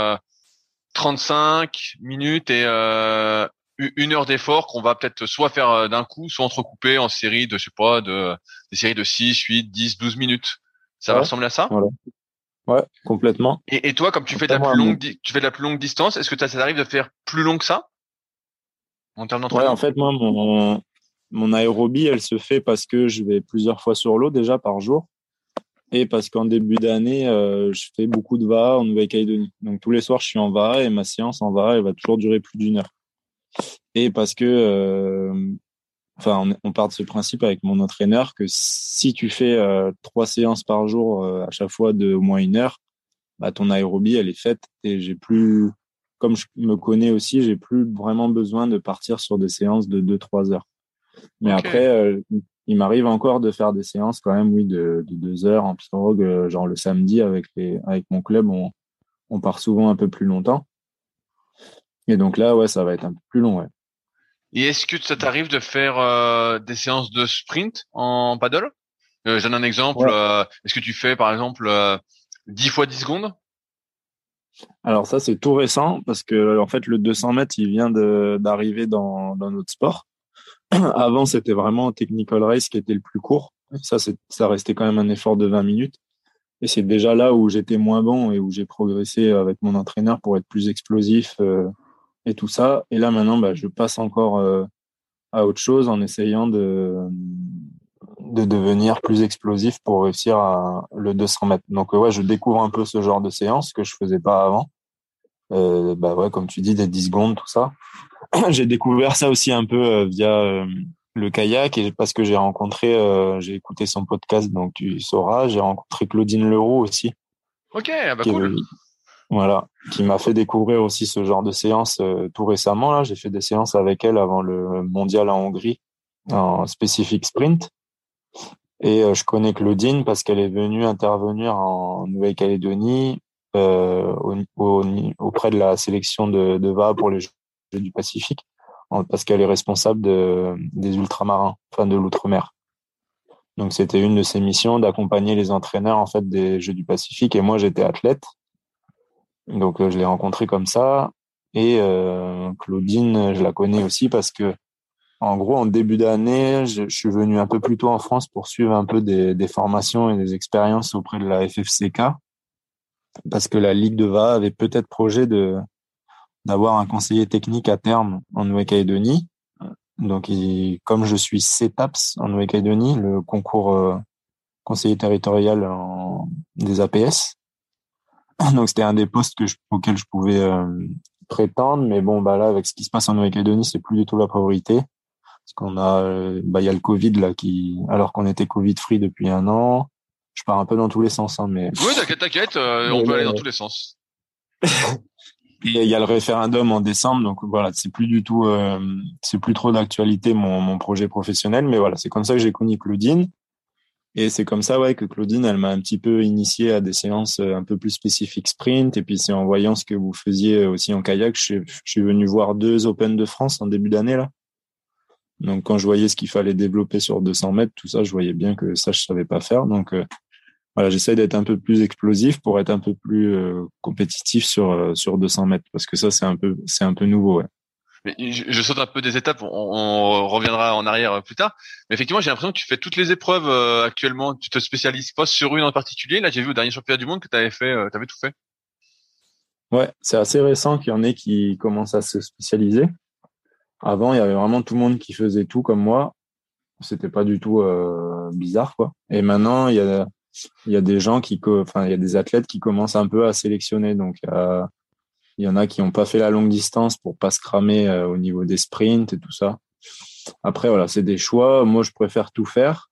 35 minutes et une heure d'effort qu'on va peut-être soit faire d'un coup, soit entrecouper en série de, je sais pas, des séries de 6, 8, 10, 12 minutes. Ça va ouais, ressembler à ça? voilà. Ouais, complètement. Et toi, comme tu fais de la plus longue, tu fais de la plus longue distance, est-ce que ça t'arrive de faire plus long que ça en termes Ouais, en d'entraînement? fait, moi, mon aérobie, elle se fait parce que je vais plusieurs fois sur l'eau déjà par jour et parce qu'en début d'année, je fais beaucoup de VAA en Nouvelle-Calédonie. Donc tous les soirs, je suis en VAA et ma séance en VAA, elle va toujours durer plus d'une heure. Et parce que, enfin, on part de ce principe avec mon entraîneur que si tu fais 3 séances par jour à chaque fois de au moins une heure, bah, ton aérobie, elle est faite et j'ai plus, comme je me connais aussi, j'ai plus vraiment besoin de partir sur des séances de 2, 3 heures. Mais Ok. après, il m'arrive encore de faire des séances quand même, oui, de 2 heures en pirogue, genre le samedi avec mon club, on part souvent un peu plus longtemps. Et donc là, ouais, ça va être un peu plus long, ouais. Et est-ce que ça t'arrive de faire des séances de sprint en paddle? Je donne un exemple. Ouais. Est-ce que tu fais par exemple 10 fois 10 secondes? Alors ça, c'est tout récent parce que en fait, le 200 mètres, il vient d'arriver dans notre sport. Avant, c'était vraiment technical race qui était le plus court. Ça restait quand même un effort de 20 minutes. Et c'est déjà là où j'étais moins bon et où j'ai progressé avec mon entraîneur pour être plus explosif et tout ça. Et là, maintenant, bah, je passe encore à autre chose en essayant de devenir plus explosif pour réussir le 200 mètres. Donc ouais, je découvre un peu ce genre de séance que je faisais pas avant. Ouais, comme tu dis, des 10 secondes, tout ça. J'ai découvert ça aussi un peu via le kayak et parce que j'ai écouté son podcast, donc tu sauras, j'ai rencontré Claudine Leroux aussi. Ok, bah qui est- cool. Voilà, qui m'a fait découvrir aussi ce genre de séance tout récemment. Là, j'ai fait des séances avec elle avant le mondial en Hongrie en spécifique sprint. Et je connais Claudine parce qu'elle est venue intervenir en Nouvelle-Calédonie auprès de la sélection de VA pour les Jeux du Pacifique, parce qu'elle est responsable des ultramarins, enfin de l'outre-mer. Donc c'était une de ses missions d'accompagner les entraîneurs en fait des Jeux du Pacifique. Et moi j'étais athlète, donc je l'ai rencontrée comme ça. Et Claudine, je la connais aussi parce que en gros, en début d'année, je suis venu un peu plus tôt en France pour suivre un peu des formations et des expériences auprès de la FFCK, parce que la Ligue de VA avait peut-être projet d'avoir un conseiller technique à terme en Nouvelle-Calédonie. Donc, comme je suis CETAPS en Nouvelle-Calédonie, le concours conseiller territorial des APS, donc c'était un des postes auxquels je pouvais prétendre. Mais bon, bah là, avec ce qui se passe en Nouvelle-Calédonie, c'est plus du tout la priorité. Parce qu'on il y a le Covid là alors qu'on était Covid-free depuis un an. Je pars un peu dans tous les sens, hein, mais. Oui, t'inquiète, on peut aller dans tous les sens. Et il y a le référendum en décembre, donc voilà, c'est plus trop d'actualité mon projet professionnel, mais voilà, c'est comme ça que j'ai connu Claudine. Et c'est comme ça, ouais, que Claudine, elle m'a un petit peu initié à des séances un peu plus spécifiques sprint. Et puis c'est en voyant ce que vous faisiez aussi en kayak, je suis venu voir 2 Open de France en début d'année là. Donc, quand je voyais ce qu'il fallait développer sur 200 mètres, tout ça, je voyais bien que ça, je savais pas faire. Donc, voilà, j'essaie d'être un peu plus explosif pour être un peu plus compétitif sur 200 mètres, parce que ça, c'est un peu nouveau. Ouais. Mais je saute un peu des étapes, on reviendra en arrière plus tard. Mais effectivement, j'ai l'impression que tu fais toutes les épreuves actuellement. Tu te spécialises pas sur une en particulier. Là, j'ai vu au dernier championnat du monde que tu avais fait, t'avais tout fait. Ouais, c'est assez récent qu'il y en ait qui commencent à se spécialiser. Avant, il y avait vraiment tout le monde qui faisait tout comme moi. C'était pas du tout bizarre, quoi. Et maintenant, il y a des gens il y a des athlètes qui commencent un peu à sélectionner. Donc, il y en a qui n'ont pas fait la longue distance pour pas se cramer au niveau des sprints et tout ça. Après, voilà, c'est des choix. Moi, je préfère tout faire.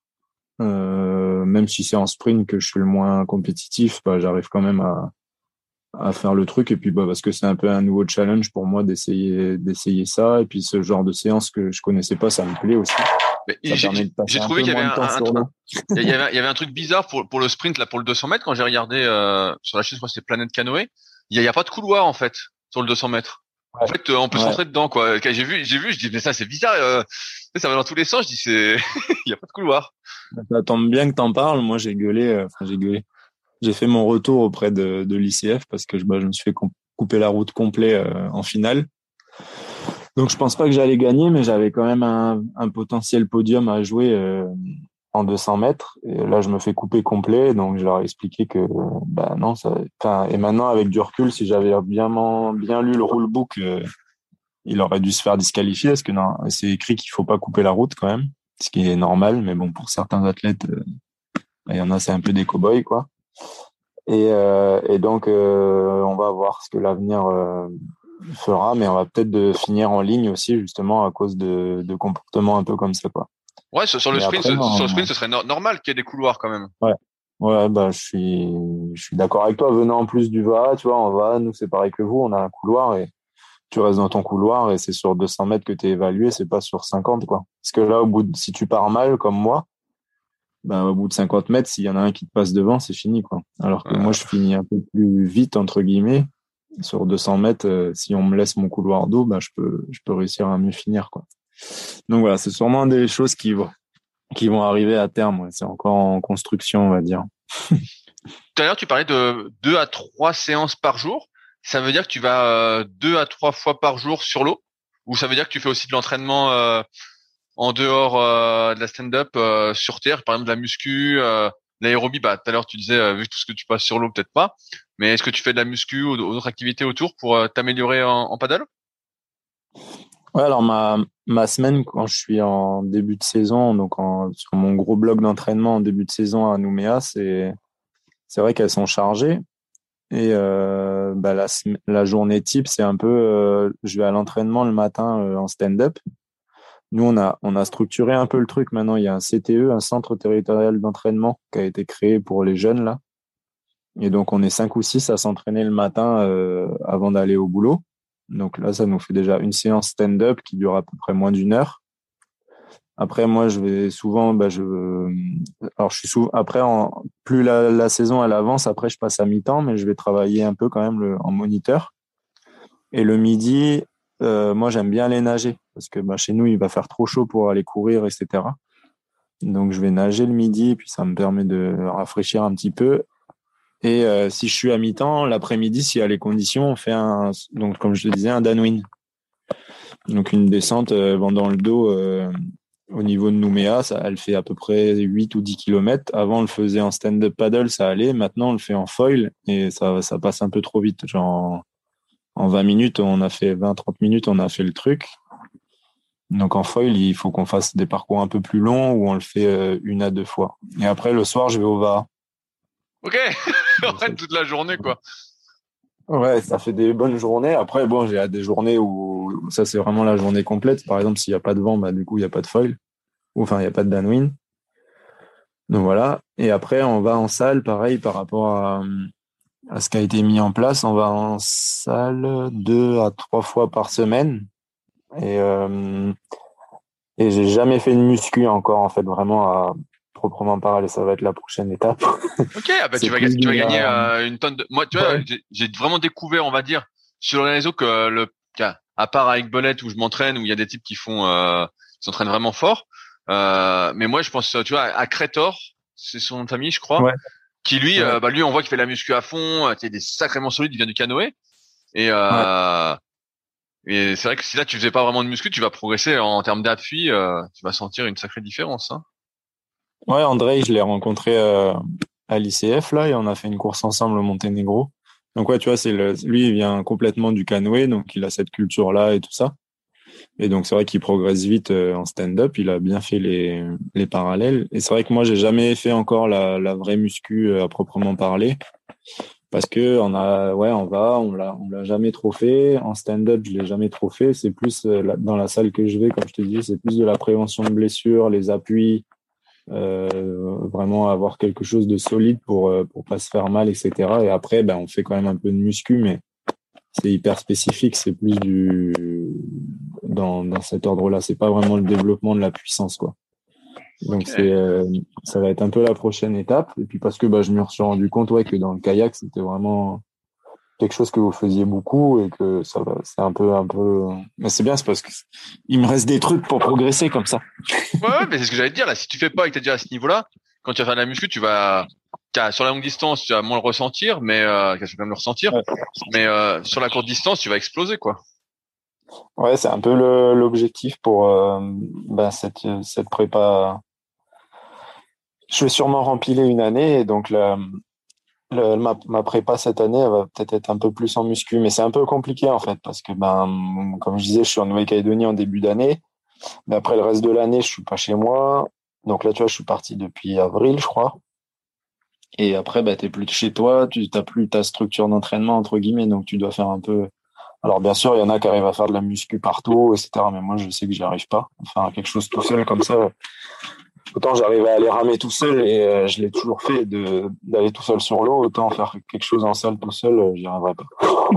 Même si c'est en sprint que je suis le moins compétitif, bah, j'arrive quand même à faire le truc. Et puis, bah, parce que c'est un peu un nouveau challenge pour moi d'essayer ça. Et puis, ce genre de séance que je connaissais pas, ça me plaît aussi. Mais Ça permet de passer j'ai trouvé qu'il y avait il y avait un truc bizarre pour le sprint, là, pour le 200 mètres. Quand j'ai regardé sur la chaîne, je crois que c'était Planète Canoë, il y a pas de couloir, en fait, sur le 200 mètres. Ouais. En fait, on peut rentrer dedans, quoi. Quand j'ai vu, je dis, mais ça, c'est bizarre, ça va dans tous les sens. Je dis, il y a pas de couloir. Ça tombe bien que t'en parles. Moi, j'ai gueulé. J'ai fait mon retour auprès de l'ICF parce que je me suis fait couper la route complet en finale. Donc, je pense pas que j'allais gagner, mais j'avais quand même un potentiel podium à jouer en 200 mètres. Et là, je me fais couper complet. Donc, je leur ai expliqué que, bah non, et maintenant, avec du recul, si j'avais bien lu le rulebook, il aurait dû se faire disqualifier parce que non, c'est écrit qu'il faut pas couper la route quand même, ce qui est normal. Mais bon, pour certains athlètes, il y en a, c'est un peu des cow-boys, quoi. Et donc, on va voir ce que l'avenir fera, mais on va peut-être finir en ligne aussi, justement, à cause de comportements un peu comme ça, quoi. Ouais, sur le sprint, sur le sprint, ce serait normal qu'il y ait des couloirs quand même. Ouais. Ouais, bah, je suis d'accord avec toi. Venant en plus du VA, tu vois, en VA, nous, c'est pareil que vous, on a un couloir et tu restes dans ton couloir et c'est sur 200 mètres que tu es évalué, c'est pas sur 50, quoi. Parce que là, si tu pars mal, comme moi, ben, au bout de 50 mètres, s'il y en a un qui te passe devant, c'est fini, quoi. Alors que moi, je finis un peu plus vite, entre guillemets. Sur 200 mètres, si on me laisse mon couloir d'eau, ben, je peux réussir à mieux finir, quoi. Donc voilà, c'est sûrement des choses qui vont arriver à terme. Ouais. C'est encore en construction, on va dire. Tout à l'heure, tu parlais de 2 à 3 séances par jour. Ça veut dire que tu vas 2 à 3 fois par jour sur l'eau? Ou ça veut dire que tu fais aussi de l'entraînement en dehors de la stand-up sur terre, par exemple de la muscu, l'aérobie? Bah, tout à l'heure, tu disais, vu tout ce que tu passes sur l'eau, peut-être pas. Mais est-ce que tu fais de la muscu ou d'autres activités autour pour t'améliorer en paddle? Ouais, alors ma semaine, quand je suis en début de saison, donc sur mon gros bloc d'entraînement en début de saison à Nouméa, c'est vrai qu'elles sont chargées. Et la journée type, c'est un peu, je vais à l'entraînement le matin en stand-up. Nous, on a structuré un peu le truc. Maintenant, il y a un CTE, un centre territorial d'entraînement, qui a été créé pour les jeunes là. Et donc, on est 5 ou 6 à s'entraîner le matin avant d'aller au boulot. Donc là, ça nous fait déjà une séance stand-up qui dure à peu près moins d'1 heure. Après, moi, je vais souvent, alors je suis souvent, après, plus la saison elle avance, après, je passe à mi-temps, mais je vais travailler un peu quand même en moniteur. Et le midi, moi, j'aime bien aller nager parce que chez nous, il va faire trop chaud pour aller courir, etc. Donc, je vais nager le midi, puis ça me permet de rafraîchir un petit peu. Et si je suis à mi-temps, l'après-midi, s'il y a les conditions, on fait donc comme je te disais, un downwind. Donc une descente dans le dos au niveau de Nouméa, elle fait à peu près 8 ou 10 kilomètres. Avant, on le faisait en stand-up paddle, ça allait. Maintenant, on le fait en foil et ça passe un peu trop vite. Genre en 20 minutes, on a fait 20-30 minutes, on a fait le truc. Donc en foil, il faut qu'on fasse des parcours un peu plus longs où on le fait 1 à 2 fois. Et après, le soir, je vais au VA. Ok, en fait, toute la journée, quoi. Ouais, ça fait des bonnes journées. Après, bon, j'ai des journées où ça, c'est vraiment la journée complète. Par exemple, s'il n'y a pas de vent, du coup, il n'y a pas de foil. Ou enfin, il n'y a pas de downwind. Donc voilà. Et après, on va en salle, pareil, par rapport à ce qui a été mis en place. On va en salle 2 à 3 fois par semaine. Et, euh, et j'ai jamais fait de muscu encore, en fait, vraiment à proprement parler. Ça va être la prochaine étape. Ok, ah bah C'est tu vas gagner la... une tonne de. Moi, tu vois, Ouais. j'ai vraiment découvert, on va dire, sur les réseaux que à part avec Bolette où je m'entraîne, où il y a des types qui s'entraînent vraiment fort. Mais moi, je pense, tu vois, à Crétor, c'est son nom de famille, je crois, Ouais. qui lui, Ouais. lui, on voit qu'il fait la muscu à fond, qui est des sacrément solide, il vient du canoë. Et, Ouais. et c'est vrai que si là tu faisais pas vraiment de muscu, tu vas progresser en termes d'appui, tu vas sentir une sacrée différence, hein. Ouais, André, je l'ai rencontré à l'ICF là et on a fait une course ensemble au Monténégro. Donc ouais, tu vois, lui, il vient complètement du canoë, donc il a cette culture-là et tout ça. Et donc c'est vrai qu'il progresse vite en stand-up. Il a bien fait les parallèles. Et c'est vrai que moi, j'ai jamais fait encore la vraie muscu à proprement parler, parce que on l'a jamais trop fait. En stand-up, je l'ai jamais trop fait. C'est plus dans la salle que je vais, comme je te dis, c'est plus de la prévention de blessures, les appuis. Vraiment avoir quelque chose de solide pour pas se faire mal, etc. Et après, on fait quand même un peu de muscu, mais c'est hyper spécifique. C'est plus dans cet ordre-là. C'est pas vraiment le développement de la puissance, quoi. Donc Ok. ça va être un peu la prochaine étape. Et puis parce que je me suis rendu compte, ouais, que dans le kayak, c'était vraiment quelque chose que vous faisiez beaucoup et que c'est un peu. Mais c'est bien, c'est parce que il me reste des trucs pour progresser comme ça. Ouais, mais c'est ce que j'allais te dire là. Si tu fais pas et que t'es déjà à ce niveau-là, quand tu vas faire de la muscu, sur la longue distance, tu vas moins le ressentir, mais tu vas quand même le ressentir. Ouais. Mais sur la courte distance, tu vas exploser, quoi. Ouais, c'est un peu l'objectif pour cette prépa. Je vais sûrement rempiler une année et donc ma prépa cette année, elle va peut-être être un peu plus en muscu, mais c'est un peu compliqué en fait parce que comme je disais, je suis en Nouvelle-Calédonie en début d'année, mais après le reste de l'année, je suis pas chez moi. Donc là, tu vois, je suis parti depuis avril, je crois. Et après, t'es plus chez toi, tu t'as plus ta structure d'entraînement entre guillemets, donc tu dois faire un peu. Alors bien sûr, il y en a qui arrivent à faire de la muscu partout, etc. Mais moi, je sais que j'y arrive pas. Faire quelque chose tout seul comme ça. Autant j'arrive à aller ramer tout seul et je l'ai toujours fait d'aller tout seul sur l'eau. Autant faire quelque chose en salle tout seul, j'y arriverai pas.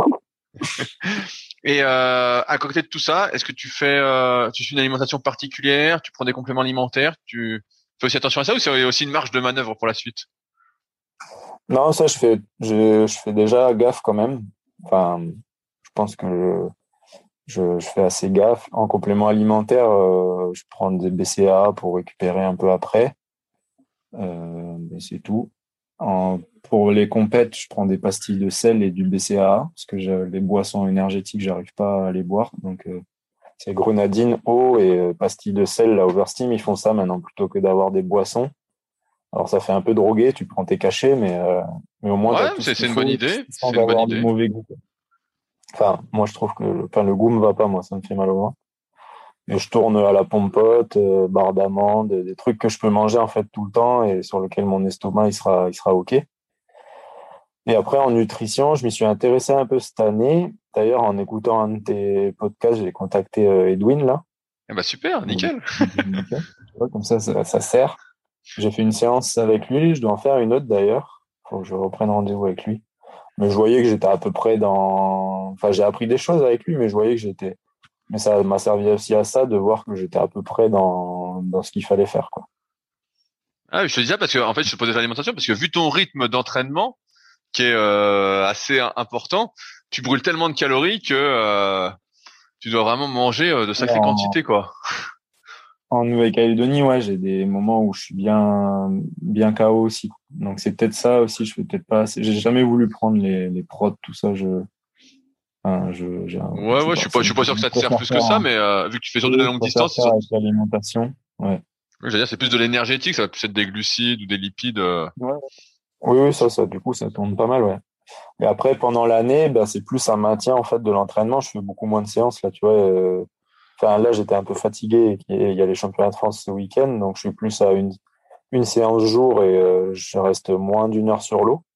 Et à côté de tout ça, est-ce que tu suis une alimentation particulière, tu prends des compléments alimentaires, tu fais aussi attention à ça ou c'est aussi une marge de manœuvre pour la suite? Non, ça je fais déjà gaffe quand même. Enfin, je pense que je fais assez gaffe. En complément alimentaire, je prends des BCAA pour récupérer un peu après. Mais c'est tout. Pour les compètes, je prends des pastilles de sel et du BCAA parce que les boissons énergétiques, j'arrive pas à les boire. Donc, c'est grenadine, eau et pastilles de sel. La Oversteam, ils font ça maintenant plutôt que d'avoir des boissons. Alors, ça fait un peu drogué, tu prends tes cachets, mais au moins, tu as Ouais, tout ce c'est qu'il une bonne faut idée, sans c'est une bonne avoir de idée. mauvais goût. Enfin, moi, je trouve que le goût me va pas, moi, ça me fait mal au ventre. Et je tourne à la pompote, barre d'amande, des trucs que je peux manger en fait tout le temps et sur lesquels mon estomac il sera OK. Et après, en nutrition, je m'y suis intéressé un peu cette année. D'ailleurs, en écoutant un de tes podcasts, j'ai contacté Edwin, là. Eh ben super, nickel. Nickel. Ouais, comme ça sert. J'ai fait une séance avec lui. Je dois en faire une autre, d'ailleurs. Faut que je reprenne rendez-vous avec lui. Mais je voyais que j'étais à peu près dans... Enfin, j'ai appris des choses avec lui, mais je voyais que j'étais... Mais ça m'a servi aussi à ça, de voir que j'étais à peu près dans ce qu'il fallait faire, quoi. Ah, oui, je te dis ça parce que en fait, je te posais l'alimentation parce que vu ton rythme d'entraînement qui est assez important, tu brûles tellement de calories que tu dois vraiment manger de sacrées En, quantités, quoi. en Nouvelle-Calédonie, ouais, j'ai des moments où je suis bien KO aussi. Donc c'est peut-être ça aussi, je fais peut-être pas assez. J'ai jamais voulu prendre les prods, tout ça. Enfin, Ouais, je sais ouais, pas. je suis pas sûr que ça te sert plus que ça, mais vu que tu fais surtout de la Je longue préfère distance, faire avec l'alimentation. Ouais. j'allais dire c'est plus de l'énergétique, ça va plus être des glucides ou des lipides. Ouais. Oui, oui, du coup, ça tourne pas mal, ouais. Et après, pendant l'année, ben, c'est plus un maintien, en fait, de l'entraînement. Je fais beaucoup moins de séances, là, tu vois. Enfin, là, j'étais un peu fatigué. Il y a les championnats de France ce week-end, donc je suis plus à une séance jour et je reste moins d'une heure sur l'eau.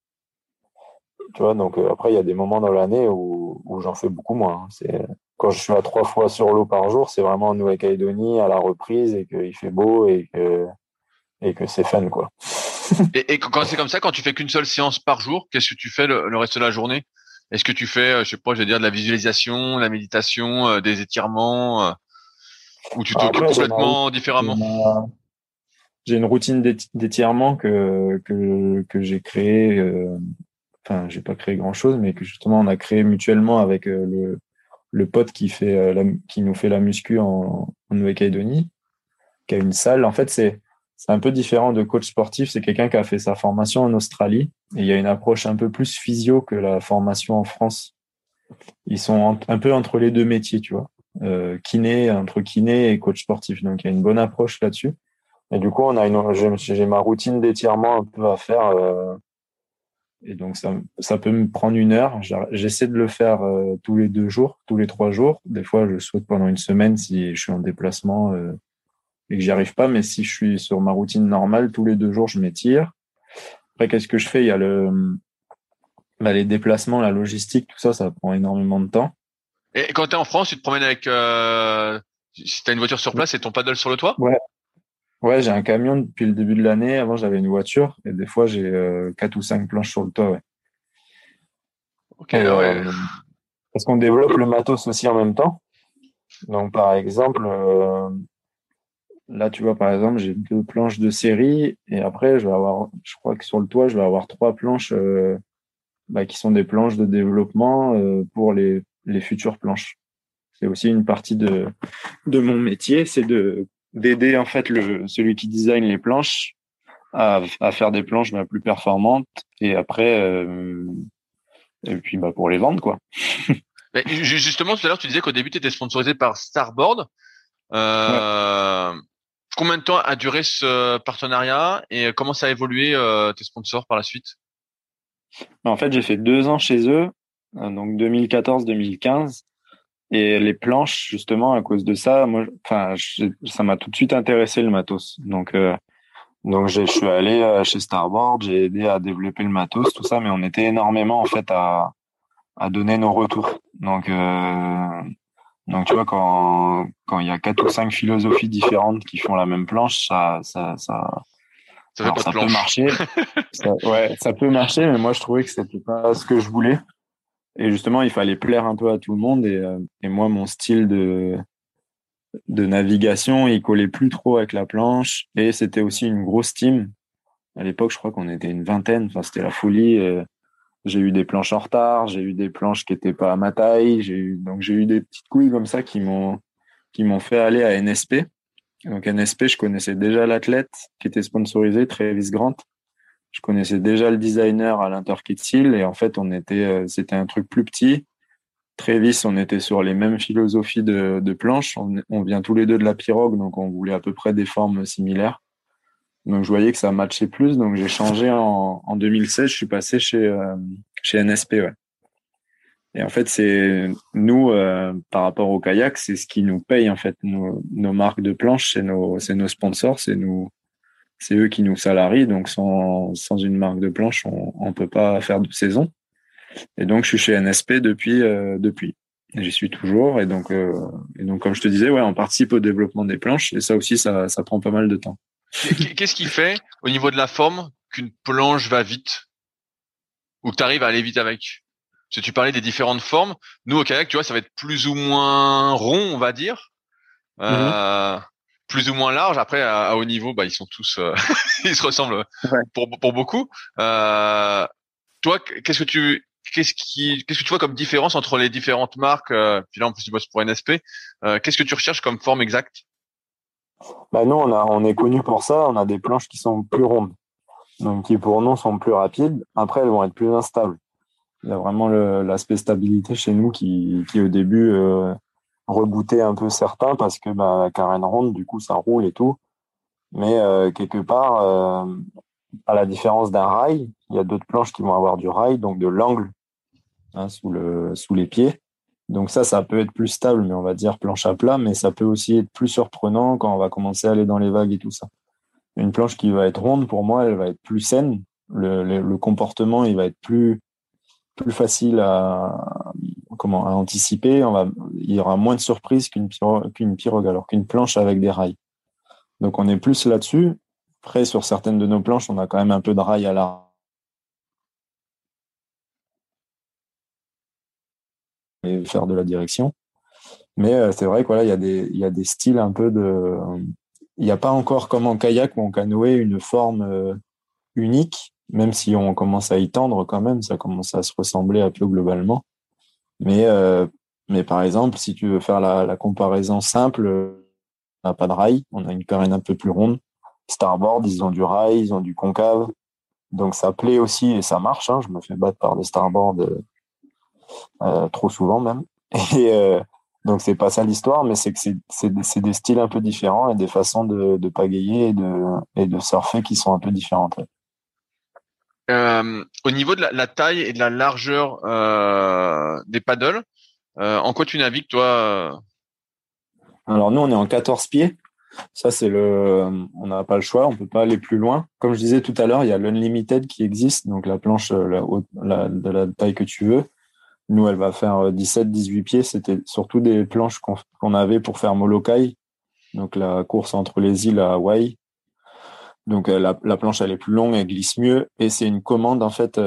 Tu vois, donc après, il y a des moments dans l'année où j'en fais beaucoup moins, hein. Quand je suis à 3 fois sur l'eau par jour, c'est vraiment en Nouvelle-Calédonie, à la reprise, et qu'il fait beau et que c'est fun, quoi. Et quand c'est comme ça, quand tu fais qu'une seule séance par jour, qu'est-ce que tu fais le reste de la journée? Est-ce que tu fais, je sais pas, je vais dire de la visualisation, de la méditation, des étirements, ou tu t'occupes Après, complètement j'ai différemment? ma- j'ai une routine d'étirement que j'ai créée. Enfin, j'ai pas créé grand-chose, mais que justement, on a créé mutuellement avec le pote qui nous fait la muscu en Nouvelle-Calédonie, qui a une salle. En fait, c'est un peu différent de coach sportif. C'est quelqu'un qui a fait sa formation en Australie et il y a une approche un peu plus physio que la formation en France. Ils sont un peu entre les deux métiers, tu vois. Entre kiné et coach sportif. Donc, il y a une bonne approche là-dessus. Et du coup, j'ai ma routine d'étirement un peu à faire. Et donc, ça peut me prendre une heure. J'essaie de le faire tous les 2 jours, tous les 3 jours. Des fois, je saute pendant une semaine si je suis en déplacement et que j'y arrive pas. Mais si je suis sur ma routine normale, tous les 2 jours, je m'étire. Après, qu'est-ce que je fais? Il y a les déplacements, la logistique, tout ça, ça prend énormément de temps. Et quand tu es en France, tu te promènes avec, si t'as une voiture sur place et ton paddle sur le toit? Ouais, ouais, j'ai un camion depuis le début de l'année. Avant, j'avais une voiture et des fois, j'ai 4 ou 5 planches sur le toit. Ouais. Ok, Et, ah ouais. parce qu'on développe le matos aussi en même temps. Donc, par exemple, là, tu vois, par exemple, j'ai 2 planches de série et après, je crois que sur le toit, je vais avoir 3 planches qui sont des planches de développement pour les futures planches. C'est aussi une partie de mon métier, c'est d'aider en fait celui qui design les planches à faire des planches plus performantes et après et puis pour les vendre, quoi. Mais justement, tout à l'heure, tu disais qu'au début, tu étais sponsorisé par Starboard. Ouais. Euh, Combien de temps a duré ce partenariat et comment ça a évolué tes sponsors par la suite? En fait, j'ai fait 2 ans chez eux, donc 2014-2015. Et les planches, justement, à cause de ça, moi, enfin, ça m'a tout de suite intéressé le matos. Donc je suis allé chez Starboard, j'ai aidé à développer le matos, tout ça, mais on était énormément en fait à donner nos retours. Donc tu vois, quand il y a 4 ou 5 philosophies différentes qui font la même planche, Ça fait alors pas de ça peut planche. marcher, ouais, ça peut marcher, mais moi je trouvais que c'était pas ce que je voulais. Et justement, il fallait plaire un peu à tout le monde. Et moi, mon style de navigation, il collait plus trop avec la planche. Et c'était aussi une grosse team. À l'époque, je crois qu'on était une vingtaine. Enfin, c'était la folie. J'ai eu des planches en retard. J'ai eu des planches qui étaient pas à ma taille. Donc j'ai eu des petites couilles comme ça qui m'ont fait aller à NSP. Donc NSP, je connaissais déjà l'athlète qui était sponsorisé, Travis Grant. Je connaissais déjà le designer à l'Interkitsil. Et en fait, c'était un truc plus petit. Travis, on était sur les mêmes philosophies de planche. On vient tous les deux de la pirogue, donc on voulait à peu près des formes similaires. Donc je voyais que ça matchait plus, donc j'ai changé en 2016. Je suis passé chez NSP, ouais. Et en fait, c'est nous, par rapport au kayak, c'est ce qui nous paye en fait nos marques de planches, c'est nos sponsors, c'est eux qui nous salarient. Donc sans une marque de planche, on peut pas faire de saison. Et donc je suis chez NSP depuis. Et j'y suis toujours. Et donc comme je te disais, ouais, on participe au développement des planches et ça aussi ça prend pas mal de temps. Qu'est-ce qui fait, au niveau de la forme, qu'une planche va vite ou que tu arrives à aller vite avec? Parce que tu parlais des différentes formes. Nous, au kayak, tu vois, ça va être plus ou moins rond, on va dire. Mhm. Euh, Plus ou moins large. Après, à haut niveau, bah, ils sont tous, ils se ressemblent Ouais. pour beaucoup. Toi, qu'est-ce que tu vois comme différence entre les différentes marques? Puis là, en plus, tu bosses pour NSP. Qu'est-ce que tu recherches comme forme exacte? Bah nous on est connu pour ça. On a des planches qui sont plus rondes, donc qui pour nous sont plus rapides. Après elles vont être plus instables. Il y a vraiment l'aspect stabilité chez nous qui au début rebootait un peu certains parce que bah, la carène ronde, du coup, ça roule et tout. Mais quelque part, à la différence d'un rail, il y a d'autres planches qui vont avoir du rail, donc de l'angle hein, sous les pieds. Donc ça peut être plus stable, mais on va dire planche à plat, mais ça peut aussi être plus surprenant quand on va commencer à aller dans les vagues et tout ça. Une planche qui va être ronde, pour moi, elle va être plus saine. Le comportement, il va être plus facile à anticiper. Il y aura moins de surprises qu'une pirogue, alors qu'une planche avec des rails. Donc, on est plus là-dessus. Après, sur certaines de nos planches, on a quand même un peu de rails à l'arrière et faire de la direction. Mais c'est vrai que voilà, il y a des styles un peu il n'y a pas encore comme en kayak ou en canoë une forme unique, même si on commence à y tendre quand même, ça commence à se ressembler un peu globalement. Mais, euh, mais par exemple, si tu veux faire la comparaison simple, on n'a pas de rail, on a une carène un peu plus ronde. Starboard, ils ont du rail, ils ont du concave. Donc ça plaît aussi et ça marche. Hein. Je me fais battre par des starboards trop souvent même. Et donc c'est pas ça l'histoire, mais c'est que c'est des styles un peu différents et des façons de pagayer et de surfer qui sont un peu différentes. Ouais. Au niveau de la taille et de la largeur des paddles, en quoi tu navigues, toi? Alors nous, on est en 14 pieds. Ça, on n'a pas le choix, on peut pas aller plus loin. Comme je disais tout à l'heure, il y a l'Unlimited qui existe, donc la planche de la taille que tu veux. Nous, elle va faire 17-18 pieds. C'était surtout des planches qu'on avait pour faire Molokai, donc la course entre les îles à Hawaï. Donc la planche, elle est plus longue, elle glisse mieux, et c'est une commande en fait.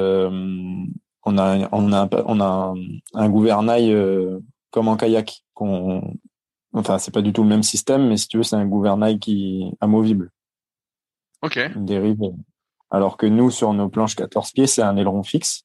On a un gouvernail comme en kayak. Enfin, c'est pas du tout le même système, mais si tu veux, c'est un gouvernail qui amovible. Ok. Dérivé. Alors que nous, sur nos planches 14 pieds, c'est un aileron fixe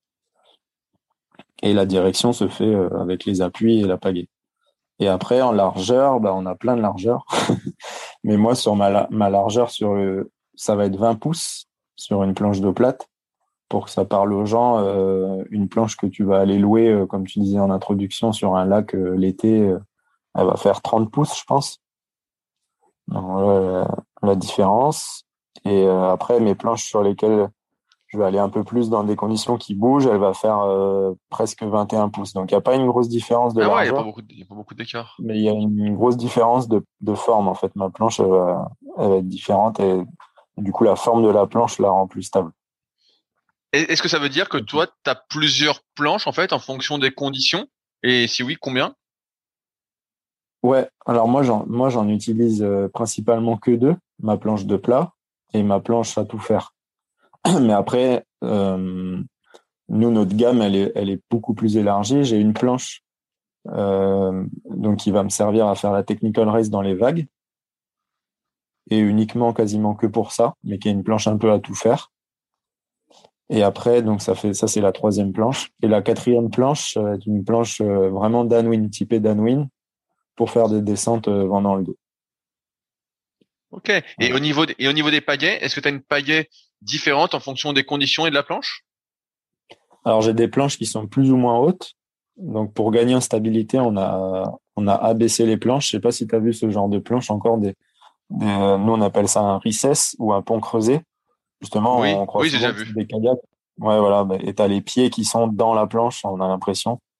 et la direction se fait avec les appuis et la pagaie. Et après, en largeur, bah, on a plein de largeurs. Mais moi, sur ma largeur, ça va être 20 pouces sur une planche d'eau plate pour que ça parle aux gens. Une planche que tu vas aller louer, comme tu disais en introduction, sur un lac l'été, elle va faire 30 pouces, je pense. Donc, voilà la différence. Et après, mes planches sur lesquelles je vais aller un peu plus dans des conditions qui bougent, elle va faire presque 21 pouces. Donc, il n'y a pas une grosse différence de Ah ouais, largeur, il y a pas beaucoup d'écart. mais il y a une grosse différence de forme. En fait, ma planche, elle va être différente et du coup, la forme de la planche la rend plus stable. Est-ce que ça veut dire que toi, tu as plusieurs planches en fait en fonction des conditions? Et si oui, combien? Ouais, alors moi, j'en utilise principalement que deux, ma planche de plat et ma planche à tout faire. Mais après, nous, notre gamme, elle est beaucoup plus élargie. J'ai une planche donc qui va me servir à faire la technical race dans les vagues et uniquement quasiment que pour ça, mais qui est une planche un peu à tout faire. Et après, donc ça c'est la troisième planche. Et la quatrième planche, ça va être une planche vraiment downwind, typée downwind, pour faire des descentes vent dans le dos. Ok. Et Voilà. au niveau des pagaies, est-ce que tu as une pagaie différente en fonction des conditions et de la planche? Alors j'ai des planches qui sont plus ou moins hautes. Donc pour gagner en stabilité, on a abaissé les planches. Je sais pas si tu as vu ce genre de planche encore nous on appelle ça un recess ou un pont creusé. Justement, Oui, on croit oui, j'ai souvent déjà que c'est vu. des kayaks. Ouais, voilà. Et t'as les pieds qui sont dans la planche, on a l'impression.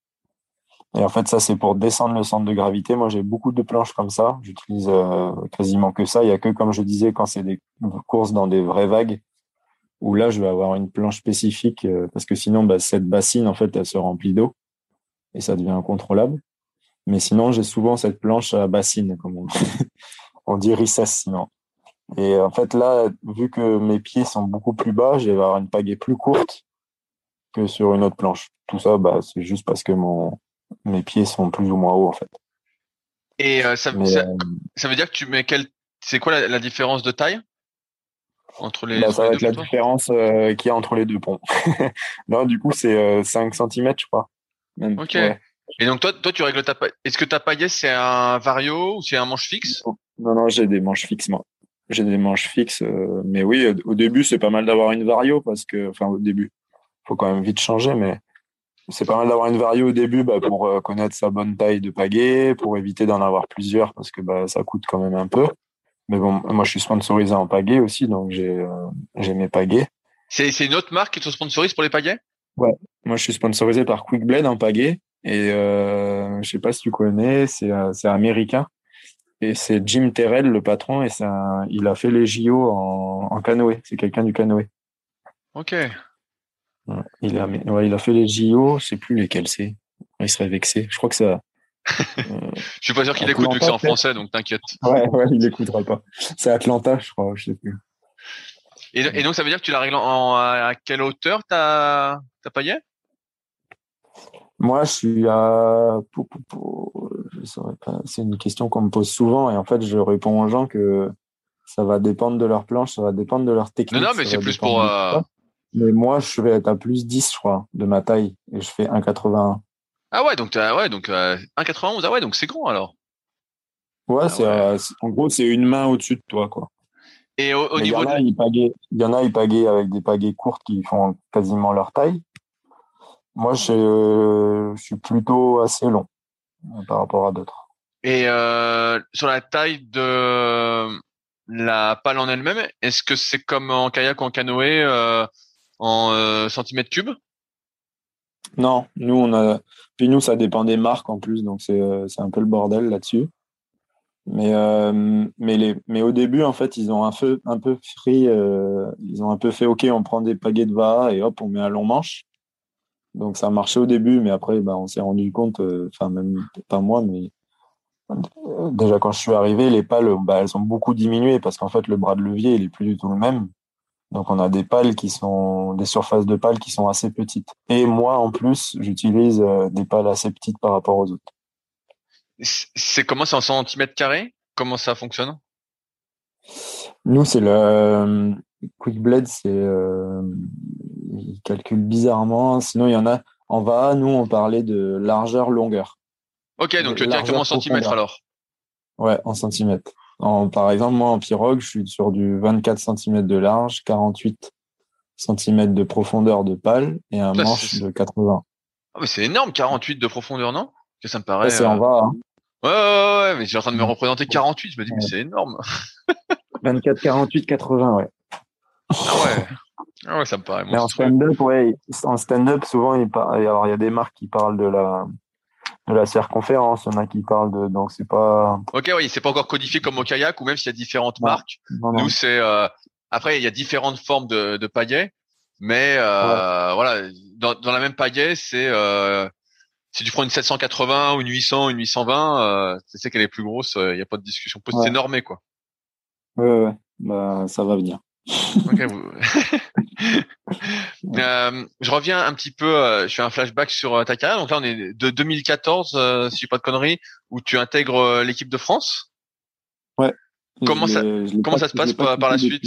Et en fait, ça, c'est pour descendre le centre de gravité. Moi, j'ai beaucoup de planches comme ça. J'utilise quasiment que ça. Il y a que, comme je disais, quand c'est des courses dans des vraies vagues, où là, je vais avoir une planche spécifique parce que sinon, cette bassine, en fait, elle se remplit d'eau et ça devient incontrôlable. Mais sinon, j'ai souvent cette planche à bassine, comme on dit recess sinon. Et en fait, là, vu que mes pieds sont beaucoup plus bas, je vais avoir une pagaie plus courte que sur une autre planche. Tout ça, c'est juste parce que mes pieds sont plus ou moins hauts, en fait. Et Mais ça veut dire que tu mets c'est quoi la différence de taille entre ça les va deux être la pour toi? différence qu'il y a entre les deux ponts. Non, du coup, c'est 5 centimètres, je crois. Même, Ok. ouais. Et donc toi tu règles ta paille. Est-ce que ta paillette c'est un vario ou c'est un manche fixe? Non, non, j'ai des manches fixes, moi. J'ai des manches fixes. Mais oui, au début, c'est pas mal d'avoir une vario parce que, enfin, au début, faut quand même vite changer, mais c'est pas mal d'avoir une vario au début pour connaître sa bonne taille de pagaie, pour éviter d'en avoir plusieurs parce que ça coûte quand même un peu. Mais bon, moi je suis sponsorisé en pagaie aussi, donc j'ai mes pagaies. C'est une autre marque qui te sponsorise pour les pagaies? Ouais. Moi je suis sponsorisé par Quickblade en pagaie et je sais pas si tu connais, c'est américain et c'est Jim Terrell le patron et il a fait les JO en canoë. C'est quelqu'un du canoë. Ok. Ouais. Il a fait les JO, je sais plus lesquels c'est. Il serait vexé. Je crois que c'est Je suis pas sûr qu'il écoute vu que Atlanta c'est en peut-être. français donc t'inquiète. Ouais, ouais, il écoutera pas. C'est Atlanta, je crois, je sais plus. Et donc ça veut dire que tu la règles à quelle hauteur ta paillette? Moi, je suis à... Je saurais pas. C'est une question qu'on me pose souvent et en fait, je réponds aux gens que ça va dépendre de leur planche, ça va dépendre de leur Non, technique, mais ça c'est va plus dépendre pour de tout ça. Mais moi, je vais être à plus 10, je crois, de ma taille et je fais 1,81. ah ouais donc 1,91 ah ouais donc c'est grand alors. Ouais, Ah ouais. en gros, c'est une main au-dessus de toi, quoi. Et au Mais niveau de il y en a, ils pagaient avec des pagaies courtes qui font quasiment leur taille. Moi, je suis plutôt assez long par rapport à d'autres. et sur la taille de la pale en elle-même, est-ce que c'est comme en kayak ou en canoë en centimètres cubes? Non, puis nous, ça dépend des marques en plus, donc c'est un peu le bordel là-dessus. Mais au début, en fait, ils ont un peu pris, ils ont un peu fait, OK, on prend des pagaies de Vaha et hop, on met un long manche. Donc ça marchait au début, mais après, on s'est rendu compte, enfin même pas moi, mais déjà quand je suis arrivé, les pales, elles ont beaucoup diminué parce qu'en fait, le bras de levier, il est plus du tout le même. Donc on a des surfaces de pales qui sont assez petites. Et moi, en plus, j'utilise des pales assez petites par rapport aux autres. C'est comment, c'est en centimètres carrés? Comment ça fonctionne? Nous, c'est Quick Blade, il calcule bizarrement. Sinon, il y en a en VA, nous, on parlait de largeur, longueur. Ok, donc directement en Largeur, centimètres profondeur. alors. Ouais, en centimètres. Par exemple, moi, en pirogue, je suis sur du 24 centimètres de large, 48 centimètres de profondeur de pale et un Putain, manche de 80. ah, mais c'est énorme, 48 de profondeur, non? Que ça me Ça, paraît. c'est en VA, hein. Ouais, mais j'ai en train de me représenter 48. Je me dis, mais Ouais. c'est énorme. 24, 48, 80, ouais. Ah ouais, ah ouais, ça me paraît Mais en monstrueux. stand-up, ouais, en stand-up, souvent, alors, il y a des marques qui parlent de la circonférence, il y en a qui parlent donc c'est pas, Ok, oui, c'est pas encore codifié comme au kayak ou même s'il y a différentes non, marques. non, Nous, non. c'est après il y a différentes formes de pagaies, mais Ouais, voilà, dans la même pagaie, c'est si tu prends une 780 ou une 800, une 820, tu sais qu'elle est plus grosse, il y a pas de discussion. C'est ouais, normé quoi. ouais. Ça va venir. Ok, je reviens un petit peu, je fais un flashback sur ta carrière. Donc là, on est de 2014, si je dis pas de conneries, où tu intègres l'équipe de France. Ouais, Comment ça, comment ça se je passe l'ai pas par quitté la suite? depuis.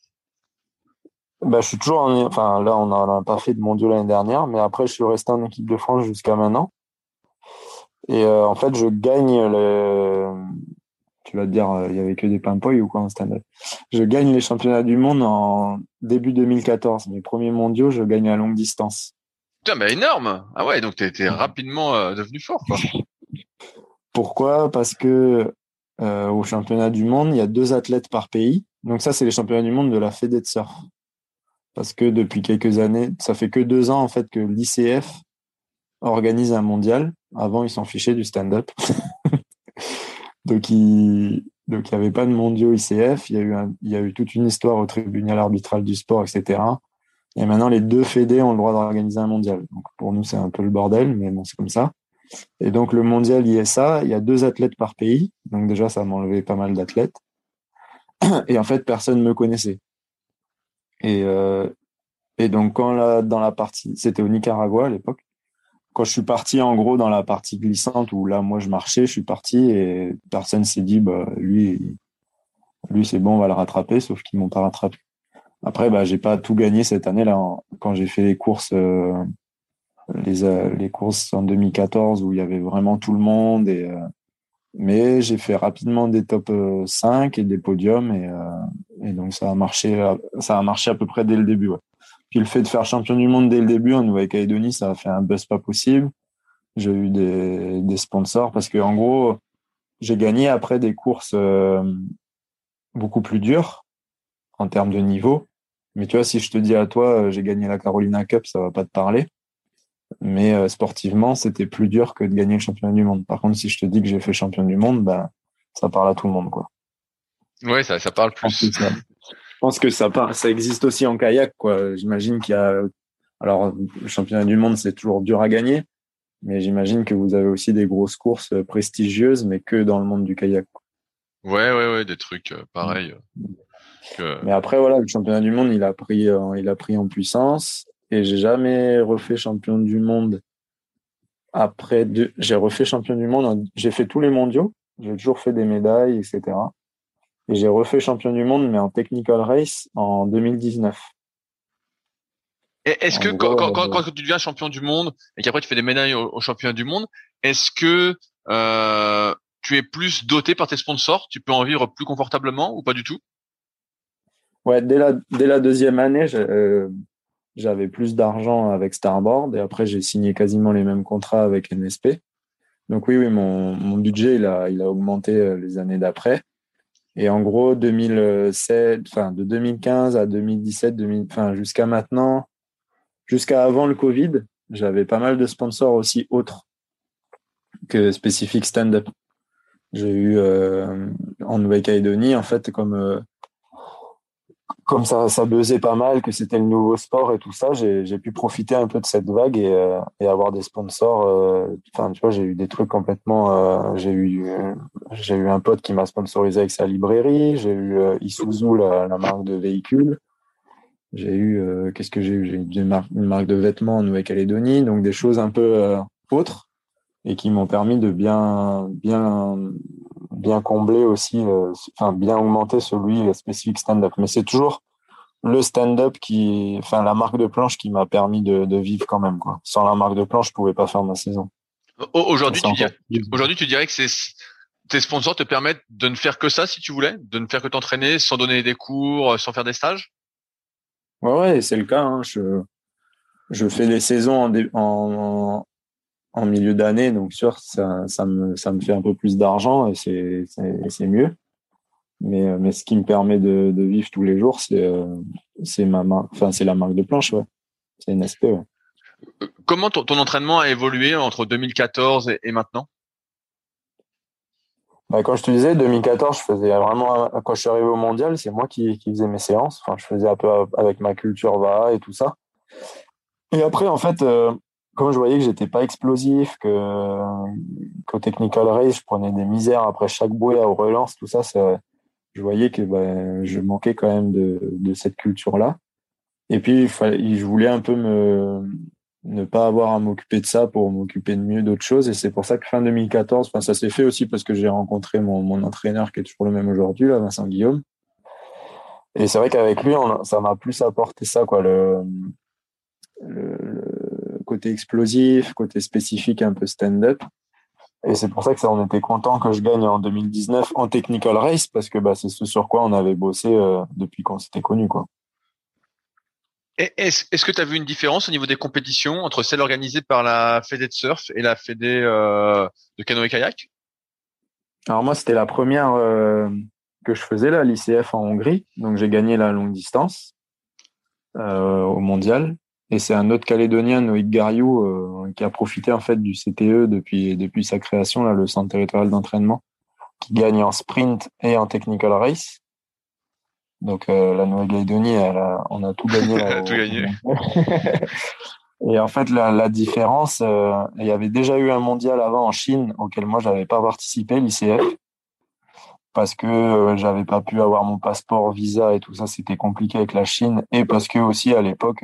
Je suis toujours enfin, là, on n'a pas fait de mondial l'année dernière, mais après, je suis resté en équipe de France jusqu'à maintenant. Et en fait, tu vas te dire, il y avait que des pimpouilles ou quoi en stand-up. Je gagne les championnats du monde en début 2014. Mes premiers mondiaux, je gagne à longue distance. Putain, bah énorme! Ah ouais, donc t'es rapidement devenu fort, quoi. Pourquoi? Parce que au championnat du monde, il y a 2 athlètes par pays. Donc ça, c'est les championnats du monde de la Fédé de surf. Parce que depuis quelques années, ça fait que 2 ans en fait que l'ICF organise un mondial. Avant, ils s'en fichaient du stand-up. Donc, il y avait pas de mondiaux ICF. Il y a eu toute une histoire au tribunal arbitral du sport, etc. Et maintenant, les deux fédés ont le droit d'organiser un mondial. Donc, pour nous, c'est un peu le bordel, mais bon, c'est comme ça. Et donc, le mondial ISA, il y a 2 athlètes par pays. Donc, déjà, ça m'a enlevé pas mal d'athlètes. Et en fait, personne me connaissait. Et, euh, et donc, dans la partie, c'était au Nicaragua à l'époque. Quand je suis parti, en gros, dans la partie glissante où là, moi, je marchais, je suis parti et personne s'est dit, bah, lui, c'est bon, on va le rattraper, sauf qu'ils m'ont pas rattrapé. Après, bah, j'ai pas tout gagné cette année-là. Quand j'ai fait les courses, les courses en 2014 où il y avait vraiment tout le monde mais j'ai fait rapidement des top 5 et des podiums et donc ça a marché à peu près dès le début, ouais. Puis le fait de faire champion du monde dès le début en Nouvelle-Calédonie, ça a fait un buzz pas possible. J'ai eu des sponsors parce que en gros, j'ai gagné après des courses beaucoup plus dures en termes de niveau. Mais tu vois, si je te dis à toi, j'ai gagné la Carolina Cup, ça va pas te parler. Mais sportivement, c'était plus dur que de gagner le championnat du monde. Par contre, si je te dis que j'ai fait champion du monde, ben, ça parle à tout le monde, quoi. Ouais, ça parle plus. Je pense que ça existe aussi en kayak, quoi. J'imagine qu'il y a, alors, le championnat du monde, c'est toujours dur à gagner, mais j'imagine que vous avez aussi des grosses courses prestigieuses, mais que dans le monde du kayak, quoi. Ouais, des trucs pareils. Mais après, voilà, le championnat du monde, il a pris en puissance et j'ai jamais refait champion du monde. J'ai refait champion du monde. J'ai fait tous les mondiaux. J'ai toujours fait des médailles, etc. Et j'ai refait champion du monde, mais en technical race en 2019. Et est-ce que En gros, quand tu deviens champion du monde et qu'après tu fais des médailles au championnat du monde, est-ce que tu es plus doté par tes sponsors? Tu peux en vivre plus confortablement ou pas du tout? ouais, dès la deuxième année, j'avais plus d'argent avec Starboard et après j'ai signé quasiment les mêmes contrats avec NSP. Donc oui, mon budget il a augmenté les années d'après. Et en gros, 2007, enfin de 2015 à 2017, enfin jusqu'à maintenant, jusqu'à avant le Covid, j'avais pas mal de sponsors aussi autres que spécifiques stand-up. J'ai eu en Nouvelle-Calédonie, en fait, comme ça buzzait pas mal, que c'était le nouveau sport et tout ça, j'ai pu profiter un peu de cette vague et avoir des sponsors. Enfin, tu vois, j'ai eu des trucs complètement. J'ai eu un pote qui m'a sponsorisé avec sa librairie. J'ai eu Isuzu, la marque de véhicules. J'ai eu qu'est-ce que j'ai eu? J'ai eu une marque de vêtements en Nouvelle-Calédonie, donc des choses un peu autres et qui m'ont permis de bien combler aussi, enfin bien augmenter celui spécifique stand-up. Mais c'est toujours le stand-up enfin la marque de planche qui m'a permis de vivre quand même, quoi. Sans la marque de planche, je pouvais pas faire ma saison. Aujourd'hui, C'est encore aujourd'hui, tu dirais que tes sponsors te permettent de ne faire que ça si tu voulais, de ne faire que t'entraîner sans donner des cours, sans faire des stages? ouais, c'est le cas, hein. Je fais des saisons en milieu d'année, donc sûr, ça me fait un peu plus d'argent et c'est mieux. Mais ce qui me permet de vivre tous les jours, c'est ma marque, enfin, c'est la marque de planche, ouais. C'est une SP, ouais. Comment ton entraînement a évolué entre 2014 et maintenant? Bah, quand je te disais, 2014, je faisais vraiment, quand je suis arrivé au mondial, c'est moi qui faisais mes séances. Enfin, je faisais un peu avec ma culture VA et tout ça. Et après, en fait, comme je voyais que j'étais pas explosif, qu'au technical race, je prenais des misères après chaque bouée aux relances, tout ça, je voyais que ben, je manquais quand même de cette culture-là. Et puis, je voulais un peu ne pas avoir à m'occuper de ça pour m'occuper de mieux d'autres choses. Et c'est pour ça que fin 2014, enfin, ça s'est fait aussi parce que j'ai rencontré mon entraîneur qui est toujours le même aujourd'hui, là, Vincent Guillaume. Et c'est vrai qu'avec lui, ça m'a plus apporté ça, quoi, le côté explosif, côté spécifique, un peu stand-up. Et c'est pour ça que on était content que je gagne en 2019 en technical race parce que bah, c'est ce sur quoi on avait bossé depuis qu'on s'était connus, quoi. Et est-ce que tu as vu une différence au niveau des compétitions entre celles organisées par la Fédé de surf et la Fédé de canoë-kayak? Alors moi, c'était la première que je faisais là, l'ICF en Hongrie. Donc j'ai gagné la longue distance au mondial. Et c'est un autre Calédonien, Noïc Gariou, qui a profité en fait du CTE depuis sa création, là, le centre territorial d'entraînement, qui gagne en sprint et en technical race. Donc la Nouvelle-Calédonie, on a tout gagné là. Tout gagné. Et en fait, la différence, il y avait déjà eu un mondial avant en Chine auquel moi j'avais pas participé, l'ICF, parce que j'avais pas pu avoir mon passeport, visa et tout ça, c'était compliqué avec la Chine, et parce que aussi à l'époque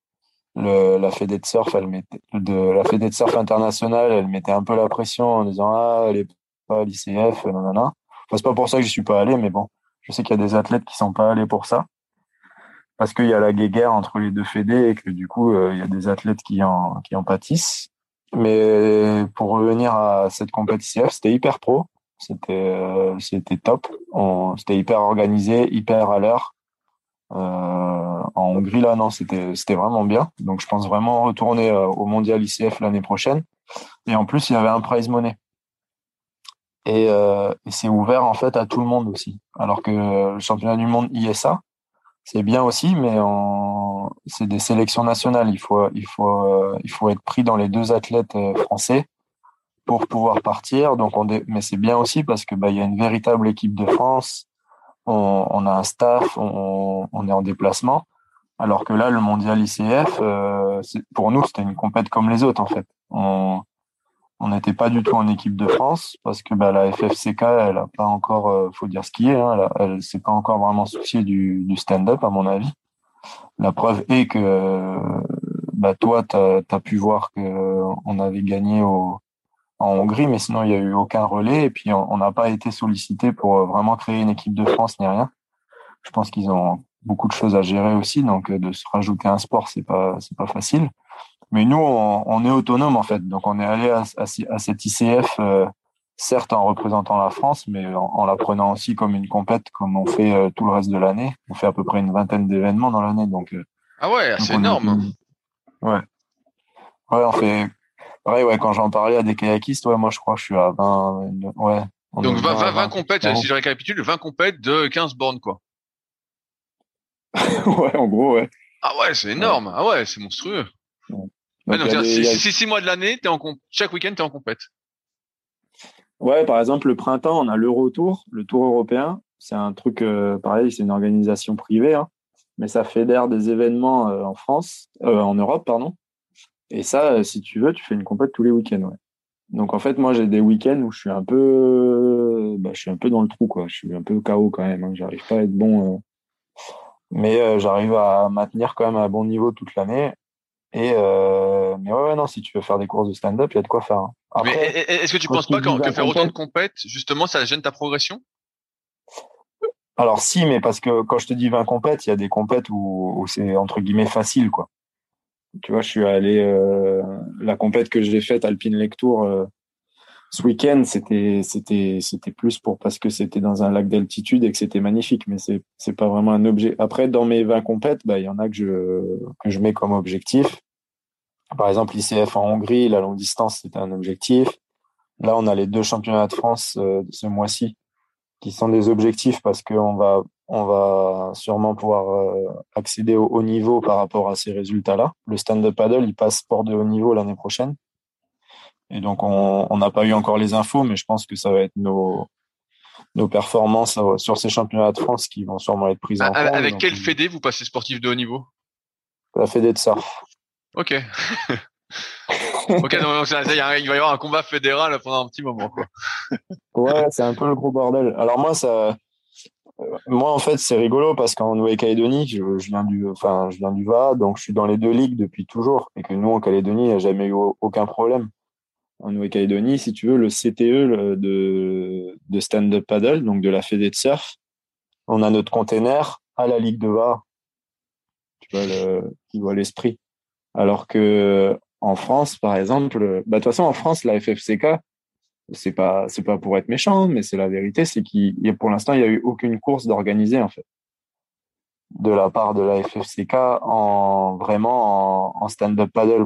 la Fédé de surf, la Fédé de surf internationale, elle mettait un peu la pression en disant elle est pas à l'ICF, nanana. Enfin, c'est pas pour ça que je suis pas allé, mais bon, je sais qu'il y a des athlètes qui sont pas allés pour ça. Parce qu'il y a la guéguerre entre les deux fédés et que du coup, il y a des athlètes qui en pâtissent. Mais pour revenir à cette compétition, c'était hyper pro. C'était top. C'était hyper organisé, hyper à l'heure. En Hongrie, là, non, c'était vraiment bien. Donc, je pense vraiment retourner au mondial ICF l'année prochaine. Et en plus, il y avait un prize money. Et c'est ouvert, en fait, à tout le monde aussi. Alors que le championnat du monde ISA, c'est bien aussi, mais c'est des sélections nationales. Il faut être pris dans les deux athlètes français pour pouvoir partir. Donc mais c'est bien aussi parce que il y a une véritable équipe de France. On a un staff, on est en déplacement. Alors que là, le mondial ICF, pour nous, c'était une compète comme les autres en fait. On n'était pas du tout en équipe de France parce que la FFCK, elle a pas encore, faut dire ce qui est, hein, elle s'est pas encore vraiment souciée du stand-up à mon avis. La preuve est que toi, t'as pu voir que on avait gagné en Hongrie, mais sinon il y a eu aucun relais et puis on n'a pas été sollicité pour vraiment créer une équipe de France ni rien. Je pense qu'ils ont beaucoup de choses à gérer aussi, donc de se rajouter un sport, c'est pas facile. Mais nous, on est autonome en fait. Donc on est allé à cet ICF, certes en représentant la France, mais en la prenant aussi comme une compète, comme on fait tout le reste de l'année. On fait à peu près une vingtaine d'événements dans l'année. Donc, Ah ouais, c'est énorme. Ouais. Ouais, on fait. Pareil, ouais, quand j'en parlais à des kayakistes, ouais, moi je crois que je suis à 20. Ouais. Donc 20 compètes, si je récapitule, 20 compètes de 15 bornes, quoi. Ouais, en gros, ouais. Ah ouais, c'est énorme. Ouais. Ah ouais, c'est monstrueux. Ouais. Ouais, donc, 6 mois de l'année, chaque week-end, t'es en compète. Ouais, par exemple, le printemps, on a l'Eurotour, le Tour européen. C'est un truc, pareil, c'est une organisation privée, hein, mais ça fédère des événements en France, en Europe, pardon. Et ça, si tu veux, tu fais une compète tous les week-ends, ouais. Donc en fait, moi, j'ai des week-ends où je suis un peu, je suis un peu dans le trou, quoi. Je suis un peu KO quand même, hein. J'arrive pas à être bon, mais j'arrive à maintenir quand même un bon niveau toute l'année. Et mais ouais, non, si tu veux faire des courses de stand-up, il y a de quoi faire, hein. Après, mais est-ce que tu penses pas que faire autant de compètes, justement, ça gêne ta progression? Alors si, mais parce que quand je te dis 20 compètes, il y a des compètes où c'est entre guillemets facile, quoi. Tu vois, je suis allé la compète que j'ai faite Alpine Lake Tour ce week-end, c'était plus pour parce que c'était dans un lac d'altitude et que c'était magnifique, mais c'est pas vraiment un objet. Après, dans mes 20 compètes, il y en a que je mets comme objectif. Par exemple, l'ICF en Hongrie, la longue distance, c'était un objectif. Là, on a les 2 championnats de France de ce mois-ci qui sont des objectifs parce qu'on va sûrement pouvoir accéder au haut niveau par rapport à ces résultats-là. Le stand-up paddle, il passe sport de haut niveau l'année prochaine. Et donc, on n'a pas eu encore les infos, mais je pense que ça va être nos performances sur ces championnats de France qui vont sûrement être prises en compte. Avec quelle fédé vous passez sportif de haut niveau? La fédé de surf. Ok. Ok, donc il va y avoir un combat fédéral pendant un petit moment, quoi. Ouais, c'est un peu le gros bordel. Alors moi en fait, c'est rigolo parce qu'en Nouvelle-Calédonie, je viens du VA, donc je suis dans les 2 ligues depuis toujours, et que nous en Calédonie, il n'y a jamais eu aucun problème. En Nouvelle-Calédonie, si tu veux, le CTE de stand-up paddle, donc de la fédé de surf, on a notre container à la ligue de VA. Tu vois l'esprit. Alors que en France, par exemple, de toute façon, en France, la FFCK, c'est pas pour être méchant, mais c'est la vérité, c'est pour l'instant, il y a eu aucune course d'organiser, en fait, de la part de la FFCK en stand-up paddle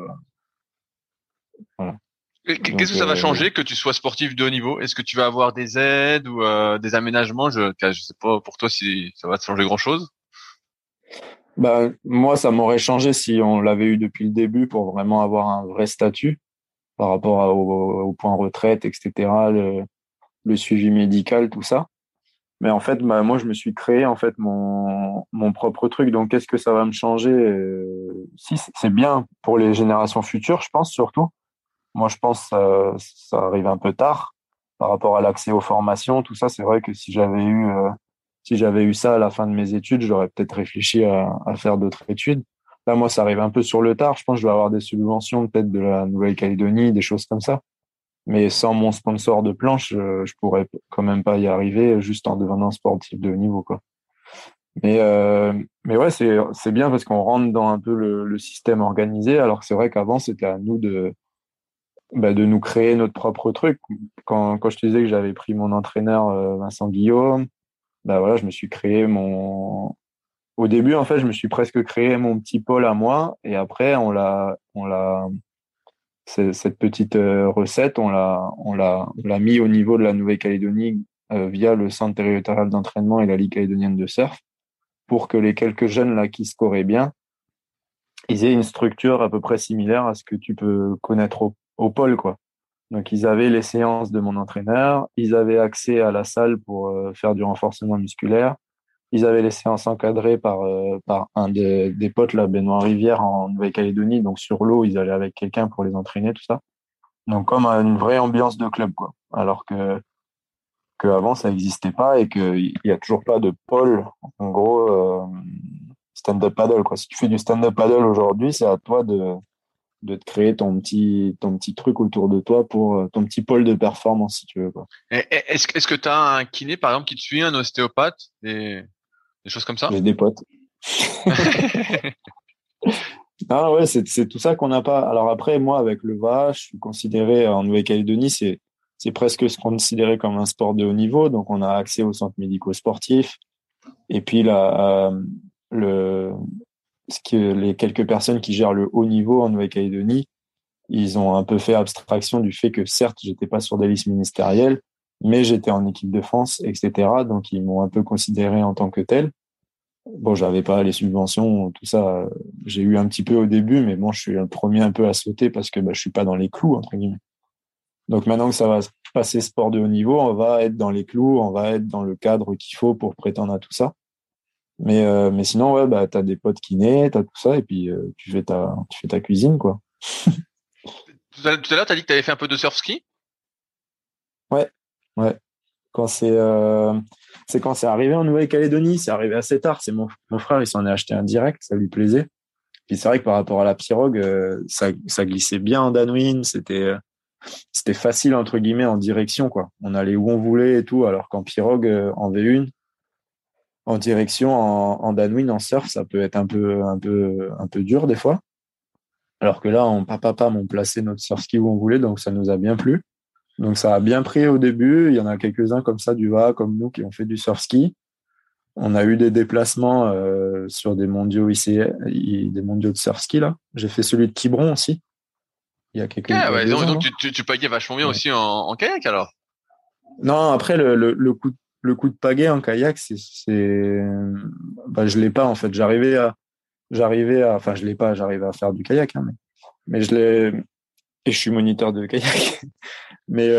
voilà. Qu'est-ce que ça va changer que tu sois sportif de haut niveau? Est-ce que tu vas avoir des aides ou des aménagements? Je sais pas pour toi si ça va te changer grand-chose. Moi, ça m'aurait changé si on l'avait eu depuis le début pour vraiment avoir un vrai statut par rapport au point retraite, etc., le suivi médical, tout ça. Mais en fait, moi, je me suis créé en fait mon propre truc. Donc, qu'est-ce que ça va me changer? Si, c'est bien pour les générations futures, je pense surtout. Moi, je pense que ça arrive un peu tard par rapport à l'accès aux formations, tout ça. C'est vrai que si j'avais eu ça à la fin de mes études, j'aurais peut-être réfléchi à faire d'autres études. Là, moi, ça arrive un peu sur le tard. Je pense que je vais avoir des subventions peut-être de la Nouvelle-Calédonie, des choses comme ça. Mais sans mon sponsor de planche, je pourrais quand même pas y arriver juste en devenant sportif de haut niveau, quoi. Mais, euh, mais ouais, c'est bien parce qu'on rentre dans un peu le système organisé, alors que c'est vrai qu'avant, c'était à nous de nous créer notre propre truc. Quand je te disais que j'avais pris mon entraîneur, Vincent Guillaume, voilà, je me suis créé au début, en fait, je me suis presque créé mon petit pôle à moi, et après, cette petite recette, on l'a mis au niveau de la Nouvelle-Calédonie via le centre territorial d'entraînement et la Ligue calédonienne de surf, pour que les quelques jeunes là qui scoraient bien, ils aient une structure à peu près similaire à ce que tu peux connaître au pôle, quoi. Donc, ils avaient les séances de mon entraîneur, ils avaient accès à la salle pour faire du renforcement musculaire, ils avaient les séances encadrées par un des potes, là, Benoît Rivière, en Nouvelle-Calédonie. Donc, sur l'eau, ils allaient avec quelqu'un pour les entraîner, tout ça. Donc, comme une vraie ambiance de club, quoi. Alors que avant, ça n'existait pas et qu'il n'y a toujours pas de pôle, en gros, stand-up paddle, quoi. Si tu fais du stand-up paddle aujourd'hui, c'est à toi de te créer ton petit truc autour de toi pour ton petit pôle de performance, si tu veux, quoi. Est-ce que tu as un kiné, par exemple, qui te suit, un ostéopathe, des choses comme ça? J'ai des potes. Ah ouais, c'est tout ça qu'on n'a pas. Alors après, moi, avec le VA, je suis considéré en Nouvelle-Calédonie, c'est presque ce qu'on considérait comme un sport de haut niveau. Donc, on a accès aux centres médico-sportifs. Et puis là, les quelques personnes qui gèrent le haut niveau en Nouvelle-Calédonie, ils ont un peu fait abstraction du fait que certes, j'étais pas sur des listes ministérielles, mais j'étais en équipe de France, etc. Donc, ils m'ont un peu considéré en tant que tel. Bon, j'avais pas les subventions, tout ça. J'ai eu un petit peu au début, mais bon, je suis le premier un peu à sauter parce que je suis pas dans les clous, entre guillemets. Donc maintenant que ça va se passer sport de haut niveau, on va être dans les clous, on va être dans le cadre qu'il faut pour prétendre à tout ça. Mais sinon, ouais, t'as des potes kinés, t'as tout ça, et puis tu fais ta cuisine, quoi. Tout à l'heure, tu as dit que tu avais fait un peu de surf ski. Ouais, ouais. C'est quand c'est arrivé en Nouvelle-Calédonie, c'est arrivé assez tard. C'est mon frère, il s'en est acheté un direct, ça lui plaisait. Puis c'est vrai que par rapport à la pirogue, ça glissait bien en downwind, c'était facile entre guillemets en direction, quoi. On allait où on voulait et tout, alors qu'en pirogue, en V1, en direction, en downwind, en surf, ça peut être un peu dur des fois. Alors que là, en papa, on plaçait notre surf ski où on voulait, donc ça nous a bien plu. Donc ça a bien pris au début. Il y en a quelques-uns comme ça du VA, comme nous, qui ont fait du surf ski. On a eu des déplacements sur des mondiaux des mondiaux de surf ski là. J'ai fait celui de Quiberon aussi. Il y a quelques Ouais, deux ans, donc non. tu pagaie vachement bien Ouais. aussi en kayak alors. Non, après le coup de pagaie en kayak, je l'ai pas en fait. Enfin je l'ai pas. J'arrivais à faire du kayak, hein, mais je l'ai et je suis moniteur de kayak. Mais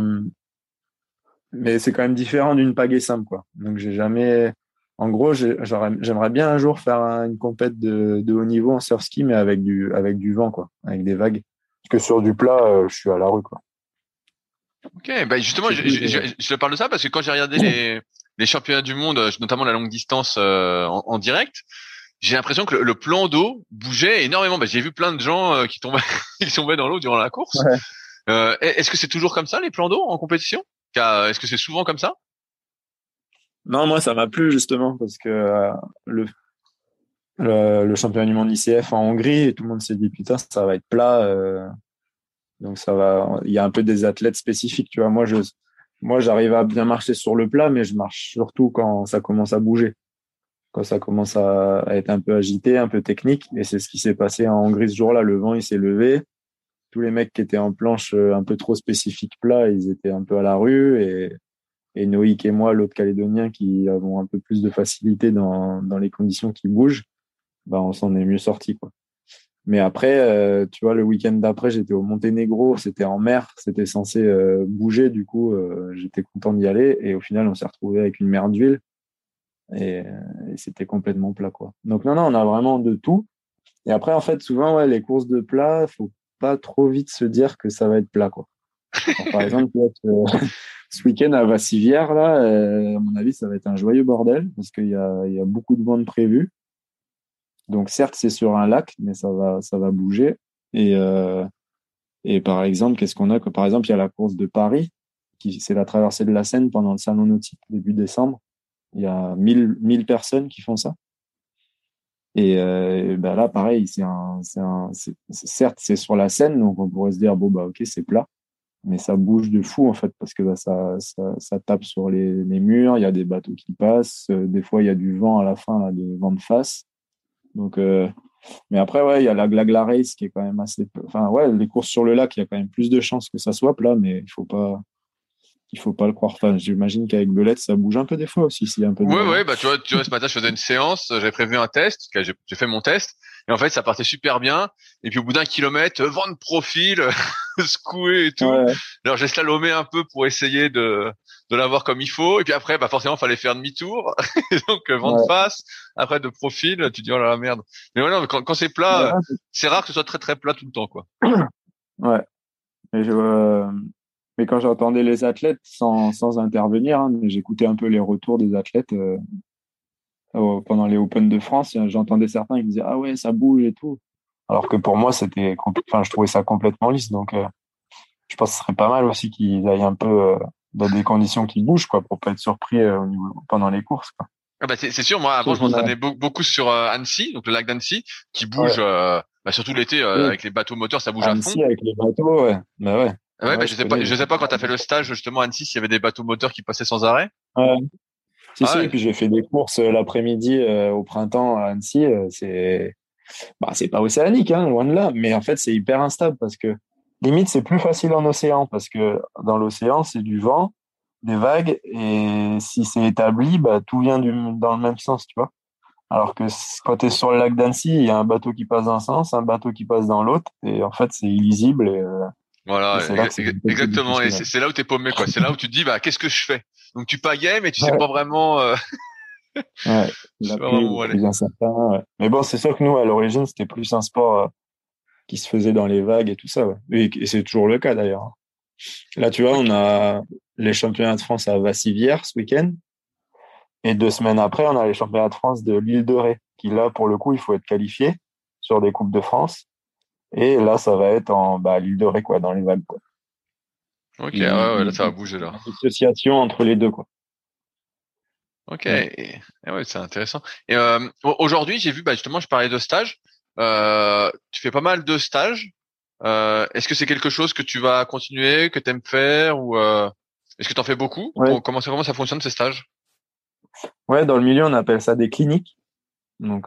mais c'est quand même différent d'une pagaie simple, quoi. Donc j'ai jamais. En gros, j'aimerais bien un jour faire une compète de haut niveau en surf ski, mais avec du vent, quoi, avec des vagues. Parce que sur du plat, je suis à la rue, quoi. Ok, justement, C'est plus, je te parle de ça parce que quand j'ai regardé les championnats du monde, notamment la longue distance en direct, j'ai l'impression que le plan d'eau bougeait énormément. J'ai vu plein de gens qui tombaient, qui tombaient dans l'eau durant la course. Ouais. Est-ce que c'est toujours comme ça les plans d'eau en compétition? Est-ce que c'est souvent comme ça? Non, moi, ça m'a plu, justement, parce que le, le championnat du monde ICF en Hongrie, et tout le monde s'est dit, putain, ça va être plat. Donc, ça va. Il y a un peu des athlètes spécifiques, tu vois. Moi, j'arrive à bien marcher sur le plat, mais je marche surtout quand ça commence à bouger, quand ça commence à être un peu agité, un peu technique. Et c'est ce qui s'est passé en Hongrie ce jour-là. Le vent, il s'est levé. Tous les mecs qui étaient en planche un peu trop spécifique plat, ils étaient un peu à la rue. Et Noïc et moi, l'autre Calédonien, qui avons un peu plus de facilité dans les conditions qui bougent, on s'en est mieux sorti, quoi. Mais après, tu vois, le week-end d'après, j'étais au Monténégro, c'était en mer, c'était censé bouger, du coup, j'étais content d'y aller. Et au final, on s'est retrouvé avec une mer d'huile et c'était complètement plat, quoi. Donc non, on a vraiment de tout. Et après, en fait, souvent, ouais, les courses de plat, faut pas trop vite se dire que ça va être plat, quoi. Alors, par exemple, tu vois, ce week-end à Vassivière, là, à mon avis, ça va être un joyeux bordel parce qu'il y a beaucoup de monde prévu. Donc certes, c'est sur un lac, mais ça va bouger. Et, euh, et par exemple, qu'est-ce qu'on a? Que par exemple, il y a la course de Paris, c'est la traversée de la Seine pendant le salon nautique début décembre. Il y a 1000 personnes qui font ça. Et ben là, pareil, certes, c'est sur la Seine, donc on pourrait se dire, bon, bah, ok, c'est plat, mais ça bouge de fou, en fait, parce que bah, ça tape sur les murs, il y a des bateaux qui passent, des fois, il y a du vent à la fin, là, de vent de face. Donc, mais après, ouais, il y a la Glagla Race qui est quand même assez, enfin, ouais, les courses sur le lac, il y a quand même plus de chances que ça soit plat, mais il faut pas le croire. Enfin, j'imagine qu'avec Belette, ça bouge un peu des fois aussi, s'il y a un peu de Ouais, vent. ouais, bah tu vois, ce matin je faisais une séance, j'avais prévu un test, j'ai fait mon test, et en fait ça partait super bien. Et puis au bout d'un kilomètre, vent de profil, secoué et tout. Ouais, Alors j'ai slalomé un peu pour essayer de l'avoir comme il faut. Et puis après, bah forcément fallait faire demi-tour, et donc vent de ouais. face. Après de profil, tu dis oh là là merde. Mais ouais, non, mais quand c'est Mais plat, là, c'est rare que ce soit très très plat tout le temps quoi. ouais. Et mais quand j'entendais les athlètes sans intervenir, hein, mais j'écoutais un peu les retours des athlètes pendant les Open de France, j'entendais certains qui disaient ah ouais, ça bouge et tout. Alors que pour moi, enfin, je trouvais ça complètement lisse. Donc, je pense que ce serait pas mal aussi qu'ils aillent un peu dans des conditions qui bougent, quoi, pour pas être surpris pendant les courses, quoi. Ah bah c'est sûr, moi avant Sauf je qu'on a, m'entraînais beaucoup sur Annecy, donc le lac d'Annecy, qui bouge, ouais, bah, surtout l'été oui, avec les bateaux moteurs, ça bouge à à fond. Annecy avec les bateaux, ouais. Bah ouais, Ouais, bah ouais, je connais. je sais pas quand t'as fait le stage justement à Annecy s'il y avait des bateaux moteurs qui passaient sans arrêt. Ouais. Si, Ah si, et ouais. puis j'ai fait des courses l'après-midi au printemps à Annecy. C'est pas océanique, hein, loin de là, mais en fait, c'est hyper instable parce que limite, c'est plus facile en océan parce que dans l'océan, c'est du vent, des vagues, et si c'est établi, bah, tout vient dans le même sens, tu vois. Alors que quand tu es sur le lac d'Annecy, il y a un bateau qui passe d'un sens, un bateau qui passe dans l'autre, et en fait, c'est illisible, et Voilà, c'est là que c'est un peu plus exactement. Et difficile. c'est là où t'es paumé, quoi. C'est là où tu te dis, bah, qu'est-ce que je fais? Donc tu pagaies, mais tu sais Ouais, pas vraiment, ouais, tu sais la pas vraiment pluie, où aller. plus incertain. Ouais. Mais bon, c'est sûr que nous, à l'origine, c'était plus un sport qui se faisait dans les vagues et tout ça. Ouais. Et c'est toujours le cas d'ailleurs. Là, tu vois, Ok. on a les championnats de France à Vassivière ce week-end. Et 2 semaines après, on a les championnats de France de l'île de Ré, qui là, pour le coup, il faut être qualifié sur des Coupes de France. Et là, ça va être l'île de Ré, quoi, dans les vagues, quoi. Ok, Il, ah ouais, là il, ça va bouger là. il y a une dissociation entre les deux, quoi. Ok, Ouais. et ouais, c'est intéressant. Et aujourd'hui, j'ai vu, bah justement, je parlais de stage. Tu fais pas mal de stages. Est-ce que c'est quelque chose que tu vas continuer, que t'aimes faire, ou est-ce que t'en fais beaucoup? Ouais. Comment ça fonctionne ces stages? Ouais, dans le milieu, on appelle ça des cliniques. Donc,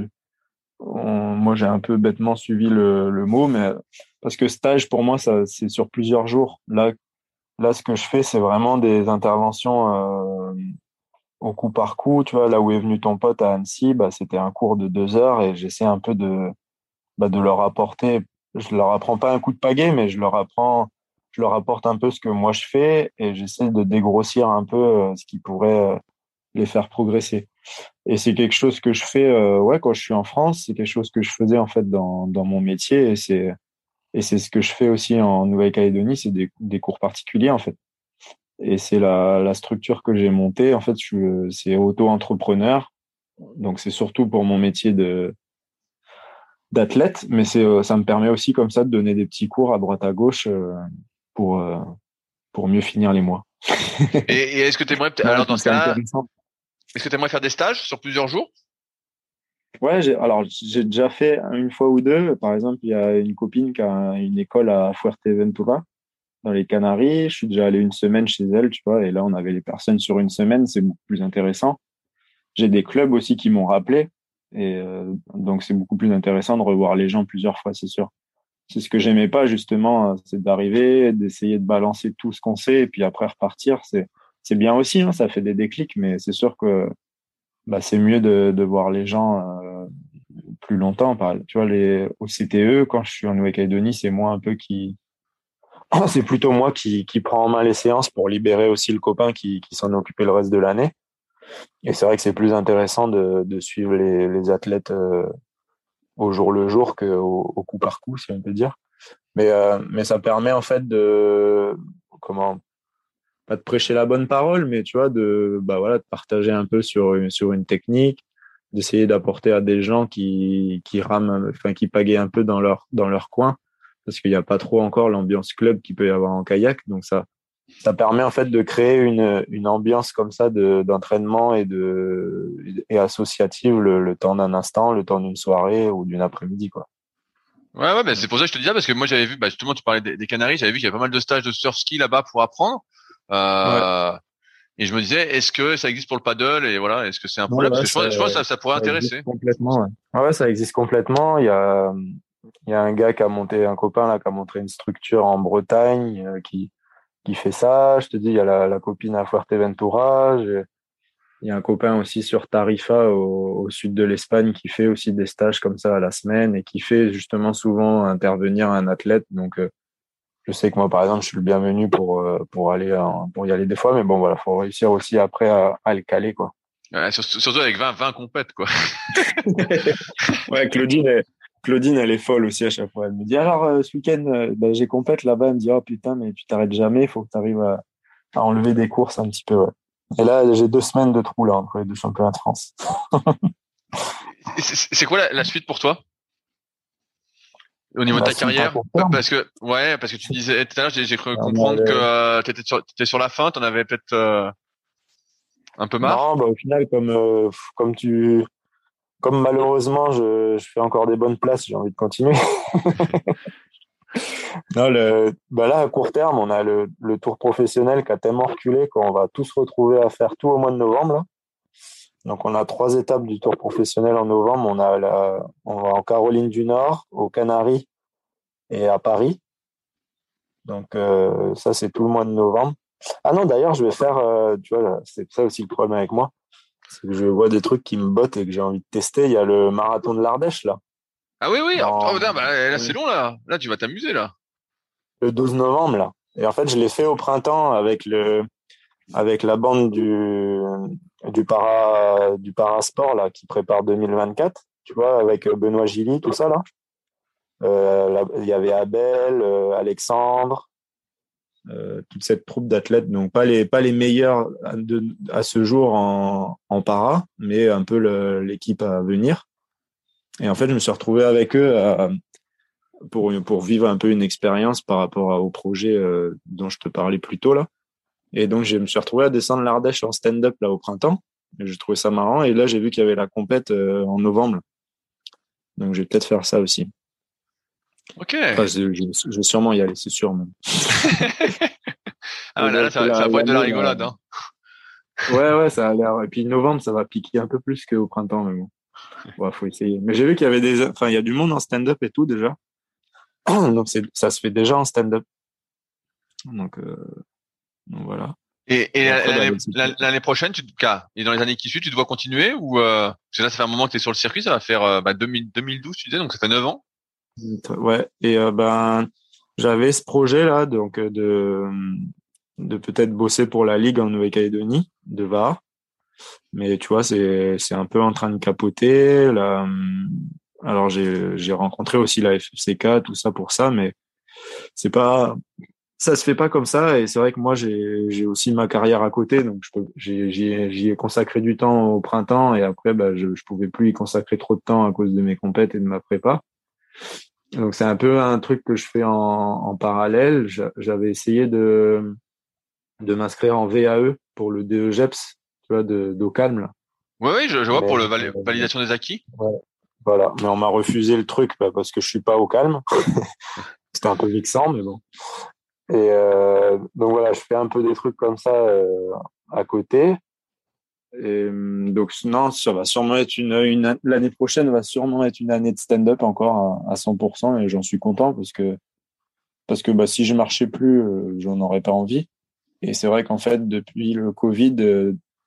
moi, j'ai un peu bêtement suivi le mot, mais parce que stage, pour moi, ça, c'est sur plusieurs jours. Là, ce que je fais, c'est vraiment des interventions au coup par coup. Tu vois, là où est venu ton pote à Annecy, bah, c'était un cours de 2 heures et j'essaie un peu de leur apporter. Je leur apprends pas un coup de pagaie, mais je leur apporte un peu ce que moi je fais et j'essaie de dégrossir un peu ce qui pourrait les faire progresser. Et c'est quelque chose que je fais, ouais, quand je suis en France. C'est quelque chose que je faisais en fait dans mon métier et c'est ce que je fais aussi en Nouvelle-Calédonie. C'est des cours particuliers en fait. Et c'est la structure que j'ai montée. En fait, c'est auto-entrepreneur. Donc, c'est surtout pour mon métier d'athlète, mais ça me permet aussi comme ça de donner des petits cours à droite à gauche pour, euh, pour mieux finir les mois. Et est-ce que t'aimerais, Ouais, alors je dans trouve ce ça cas-là, intéressant. est-ce que t'aimerais faire des stages sur plusieurs jours? Ouais, alors j'ai déjà fait une fois ou deux. Par exemple, il y a une copine qui a une école à Fuerteventura, dans les Canaries. Je suis déjà allé une semaine chez elle, tu vois, et là, on avait les personnes sur une semaine. C'est beaucoup plus intéressant. J'ai des clubs aussi qui m'ont rappelé. Et donc, c'est beaucoup plus intéressant de revoir les gens plusieurs fois, c'est sûr. C'est ce que j'aimais pas, justement, c'est d'arriver, d'essayer de balancer tout ce qu'on sait et puis après repartir. C'est bien aussi, hein, ça fait des déclics, mais c'est sûr que bah, c'est mieux de voir les gens plus longtemps. Tu vois, au CTE, quand je suis en Nouvelle-Calédonie, c'est moi un peu c'est plutôt moi qui prend en main les séances pour libérer aussi le copain qui s'en occupait le reste de l'année. Et c'est vrai que c'est plus intéressant de suivre les athlètes au jour le jour au coup par coup, si on peut dire. Mais ça permet en fait pas de prêcher la bonne parole, mais tu vois, de partager un peu sur une technique, d'essayer d'apporter à des gens qui rament, enfin, qui pagaient un peu dans leur coin, parce qu'il n'y a pas trop encore l'ambiance club qu'il peut y avoir en kayak. Donc ça permet en fait de créer une ambiance comme ça d'entraînement et associative le temps d'un instant, le temps d'une soirée ou d'une après-midi, quoi. Ouais, bah, c'est pour ça que je te disais, parce que moi j'avais vu, bah, justement, tu parlais des Canaries, j'avais vu qu'il y avait pas mal de stages de surf ski là-bas pour apprendre. Ouais. Et je me disais, est-ce que ça existe pour le paddle et voilà, est-ce que c'est un Ouais, problème? Parce ouais, que je pense que ça pourrait ça existe intéresser. complètement. Ouais. Ouais, ça existe complètement. Il y a un gars un copain là, qui a monté une structure en Bretagne qui fait ça. Je te dis, il y a la copine à Fuerteventura. Il y a un copain aussi sur Tarifa au sud de l'Espagne qui fait aussi des stages comme ça à la semaine et qui fait justement souvent intervenir un athlète. Donc, je sais que moi, par exemple, je suis le bienvenu pour y aller des fois. Mais bon, voilà, faut réussir aussi après à le caler, quoi. Surtout avec 20 compètes, quoi. Ouais, Claudine, elle est folle aussi à chaque fois. Elle me dit, alors, ce week-end, ben, j'ai compète là-bas. Elle me dit, oh putain, mais tu t'arrêtes jamais. Il faut que tu arrives à enlever des courses un petit peu, ouais. Et là, j'ai 2 semaines de trou là entre les deux championnats de France. C'est quoi la suite pour toi? Au niveau de La ta suite à carrière? court terme. Parce que tu disais tout à l'heure, j'ai cru On comprendre que avait- t'étais sur la fin, t'en avais peut-être un peu marre. Non, bah, au final, comme malheureusement, je fais encore des bonnes places, j'ai envie de continuer. Non, là, à court terme, on a le tour professionnel qui a tellement reculé qu'on va tous se retrouver à faire tout au mois de novembre, là. Donc, on a 3 étapes du tour professionnel en novembre. On va en Caroline du Nord, aux Canaries et à Paris. Donc, ça, c'est tout le mois de novembre. Ah non, d'ailleurs, je vais faire, tu vois, là, c'est ça aussi le problème avec moi. C'est que je vois des trucs qui me bottent et que j'ai envie de tester. Il y a le marathon de l'Ardèche, là, Ah oui, oui. Oh, dans putain, bah, là, c'est long, là. Là, tu vas t'amuser, là. le 12 novembre, là. Et en fait, je l'ai fait au printemps avec la bande du parasport, là, qui prépare 2024. Tu vois, avec Benoît Gilly, tout ça, là. Il y avait Abel, Alexandre, toute cette troupe d'athlètes, donc pas les meilleurs à ce jour en para, mais un peu l'équipe à venir. Et en fait, je me suis retrouvé avec eux pour vivre un peu une expérience par rapport au projet dont je te parlais plus tôt là. Et donc, je me suis retrouvé à descendre l'Ardèche en stand-up là au printemps. Et j'ai trouvé ça marrant. Et là, j'ai vu qu'il y avait la compète en novembre. Donc, je vais peut-être faire ça aussi. Ok. Enfin, je vais sûrement y aller, c'est sûr. Mais... Ah, là, ça va pas être de la rigolade, hein. Ouais, ça a l'air. Et puis novembre, ça va piquer un peu plus qu'au printemps, mais bon. Ouais, faut essayer. Mais j'ai vu qu'il y avait enfin, il y a du monde en stand-up et tout déjà. Donc ça se fait déjà en stand-up. Donc voilà. Et Et après, l'année prochaine, et dans les années qui suivent, tu dois continuer ou parce que là, ça fait un moment que tu es sur le circuit, ça va faire 2012, tu disais, donc ça fait 9 ans. ouais. Et ben, j'avais ce projet là, donc de peut-être bosser pour la ligue en Nouvelle-Calédonie de VAR. Mais tu vois, c'est un peu en train de capoter. Là, alors j'ai rencontré aussi la FFCK, tout ça pour ça, mais c'est pas ça se fait pas comme ça. Et c'est vrai que moi j'ai aussi ma carrière à côté, donc j'y ai consacré du temps au printemps et après bah je pouvais plus y consacrer trop de temps à cause de mes compètes et de ma prépa. Donc c'est un peu un truc que je fais en parallèle. J'avais essayé de m'inscrire en VAE pour le DEGEPS, tu vois, d'eau calme là. Oui, oui, je vois Mais pour le validation des acquis. ouais, voilà. Mais on m'a refusé le truc bah, parce que je suis pas au calme. C'était un peu vexant, mais bon. Et donc voilà, je fais un peu des trucs comme ça à côté. Et donc non, ça va sûrement être l'année prochaine va sûrement être une année de stand-up encore à 100% et j'en suis content parce que bah si je marchais plus, j'en aurais pas envie. Et c'est vrai qu'en fait depuis le Covid,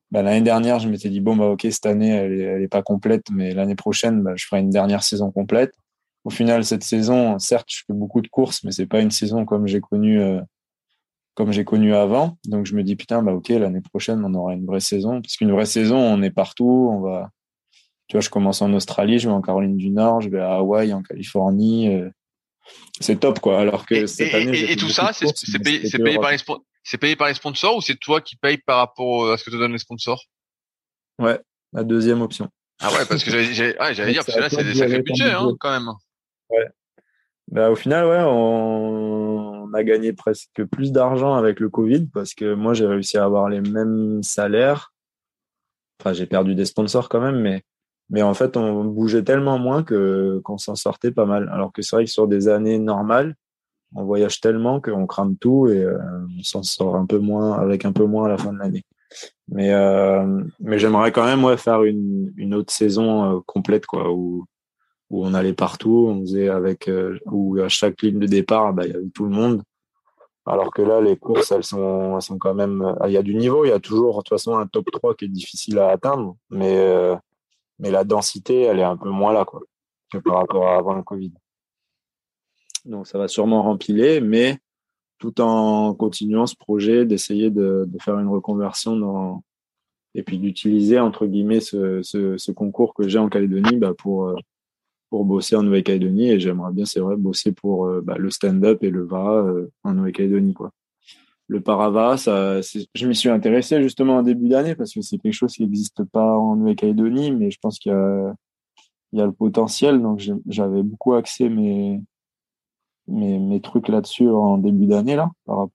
l'année dernière, je m'étais dit, bon, bah, ok, cette année, elle est pas complète, mais l'année prochaine, bah, je ferai une dernière saison complète. Au final, cette saison, certes, je fais beaucoup de courses, mais c'est pas une saison comme j'ai connu avant. Donc, je me dis, putain, bah, ok, l'année prochaine, on aura une vraie saison. Parce qu'une vraie saison, on est partout. Tu vois, je commence en Australie, je vais en Caroline du Nord, je vais à Hawaï, en Californie. C'est top, quoi. Alors que cette année, j'ai Et fait tout beaucoup de ça, courses, mais c'était c'est que payé Europe. par c'est payé par les sponsors ou c'est toi qui payes par rapport à ce que te donnent les sponsors? Ouais, la deuxième option. Ah ouais, parce que j'allais Donc, dire, c'est parce que à là, toi c'est de des sacrés gérer ton budgets, budget. hein, quand même. Ouais. Bah, au final, ouais, on a gagné presque plus d'argent avec le Covid parce que moi, j'ai réussi à avoir les mêmes salaires. Enfin, j'ai perdu des sponsors quand même, mais en fait, on bougeait tellement moins qu'on s'en sortait pas mal. Alors que c'est vrai que sur des années normales, on voyage tellement qu'on crame tout et on s'en sort un peu moins, avec un peu moins à la fin de l'année. Mais j'aimerais quand même, ouais, faire une autre saison complète, quoi, où on allait partout, on faisait où à chaque ligne de départ, bah, il y avait tout le monde. Alors que là, les courses, elles sont quand même, il y a du niveau, il y a toujours, de toute façon, un top 3 qui est difficile à atteindre, mais la densité, elle est un peu moins là, quoi, que par rapport à avant le Covid. Donc, ça va sûrement rempiler, mais tout en continuant ce projet d'essayer de faire une reconversion et puis d'utiliser, entre guillemets, ce concours que j'ai en Calédonie, bah, pour bosser en Nouvelle-Calédonie, et j'aimerais bien, c'est vrai, bosser pour bah, le stand-up et le VARA en Nouvelle-Calédonie, quoi. Le Parava, je m'y suis intéressé justement en début d'année parce que c'est quelque chose qui n'existe pas en Nouvelle-Calédonie, mais je pense il y a le potentiel. Donc j'avais beaucoup axé mes trucs là-dessus en début d'année là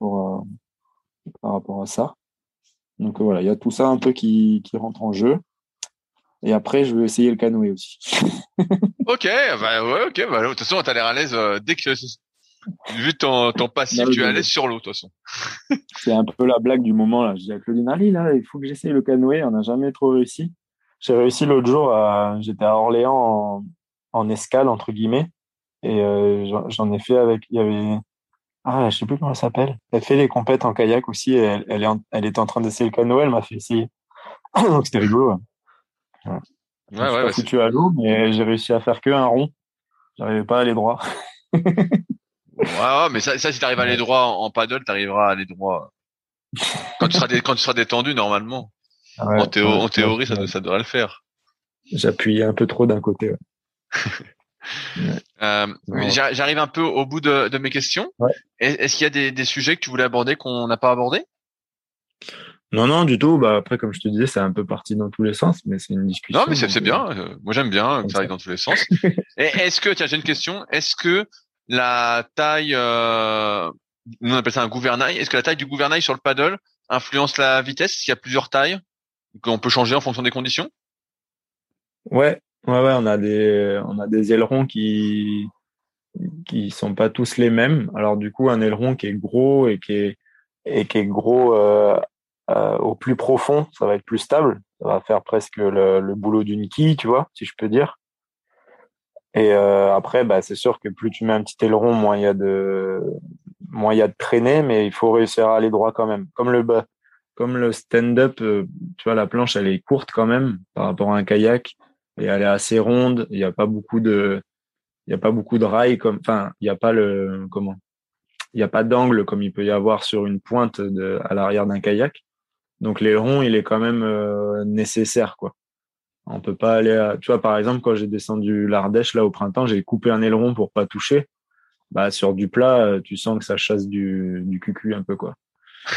par rapport à ça. Donc voilà, il y a tout ça un peu qui rentre en jeu. Et après, je veux essayer le canoë aussi. Ok, bah ouais, ok, bah de toute façon, t'as l'air à l'aise dès que, vu ton Là, passif, tu es à l'aise sur l'eau, de toute façon. c'est un peu la blague du moment là. Je dis à Claudine, allez là, il faut que j'essaye le canoë. On n'a jamais trop réussi. J'ai réussi l'autre jour. J'étais à Orléans en escale entre guillemets et j'en ai fait avec. Il y avait je sais plus comment elle s'appelle. Elle fait des compètes en kayak aussi. Et elle était en train d'essayer le canoë. Elle m'a fait essayer. Donc c'était rigolo. Ouais. Ouais. Ouais, Je me suis ouais, pas bah foutu à l'eau, mais j'ai réussi à faire que un rond. J'arrivais pas à aller droit. ouais, ouais, mais ça, si t'arrives à aller Ouais. droit en paddle, t'arriveras à aller droit. Quand tu seras détendu, normalement. Ouais, ouais. En théorie, ça devrait le faire. J'appuyais un peu trop d'un côté. Ouais. Ouais. Mais Non. j'arrive un peu au bout de mes questions. Ouais. Est-ce qu'il y a des sujets que tu voulais aborder qu'on n'a pas abordé? Non, non, du tout. Bah, après, comme je te disais, c'est un peu parti dans tous les sens, mais c'est une Non, mais discussion, c'est donc bien. Moi, j'aime bien que comme ça ça. aille dans tous les sens. Et tiens, j'ai une question. Est-ce que la taille, nous on appelle ça un gouvernail, est-ce que la taille du gouvernail sur le paddle influence la vitesse? S'il y a plusieurs tailles qu'on peut changer en fonction des conditions? Ouais, ouais, on a des ailerons qui sont pas tous les mêmes. Alors, du coup, un aileron qui est gros et qui est gros, au plus profond, ça va être plus stable. Ça va faire presque le boulot d'une quille, tu vois, si je peux dire. Et après, bah, c'est sûr que plus tu mets un petit aileron, moins il y a de traînée, mais il faut réussir à aller droit quand même. Comme le stand-up, tu vois, la planche, elle est courte quand même par rapport à un kayak et elle est assez ronde. Il y a pas beaucoup de rails enfin, il y a pas il y a pas d'angle comme il peut y avoir sur une pointe à l'arrière d'un kayak. Donc l'aileron, il est quand même nécessaire, quoi. On peut pas tu vois, par exemple, quand j'ai descendu l'Ardèche là au printemps, j'ai coupé un aileron pour pas toucher. Bah sur du plat, tu sens que ça chasse du cucu un peu, quoi.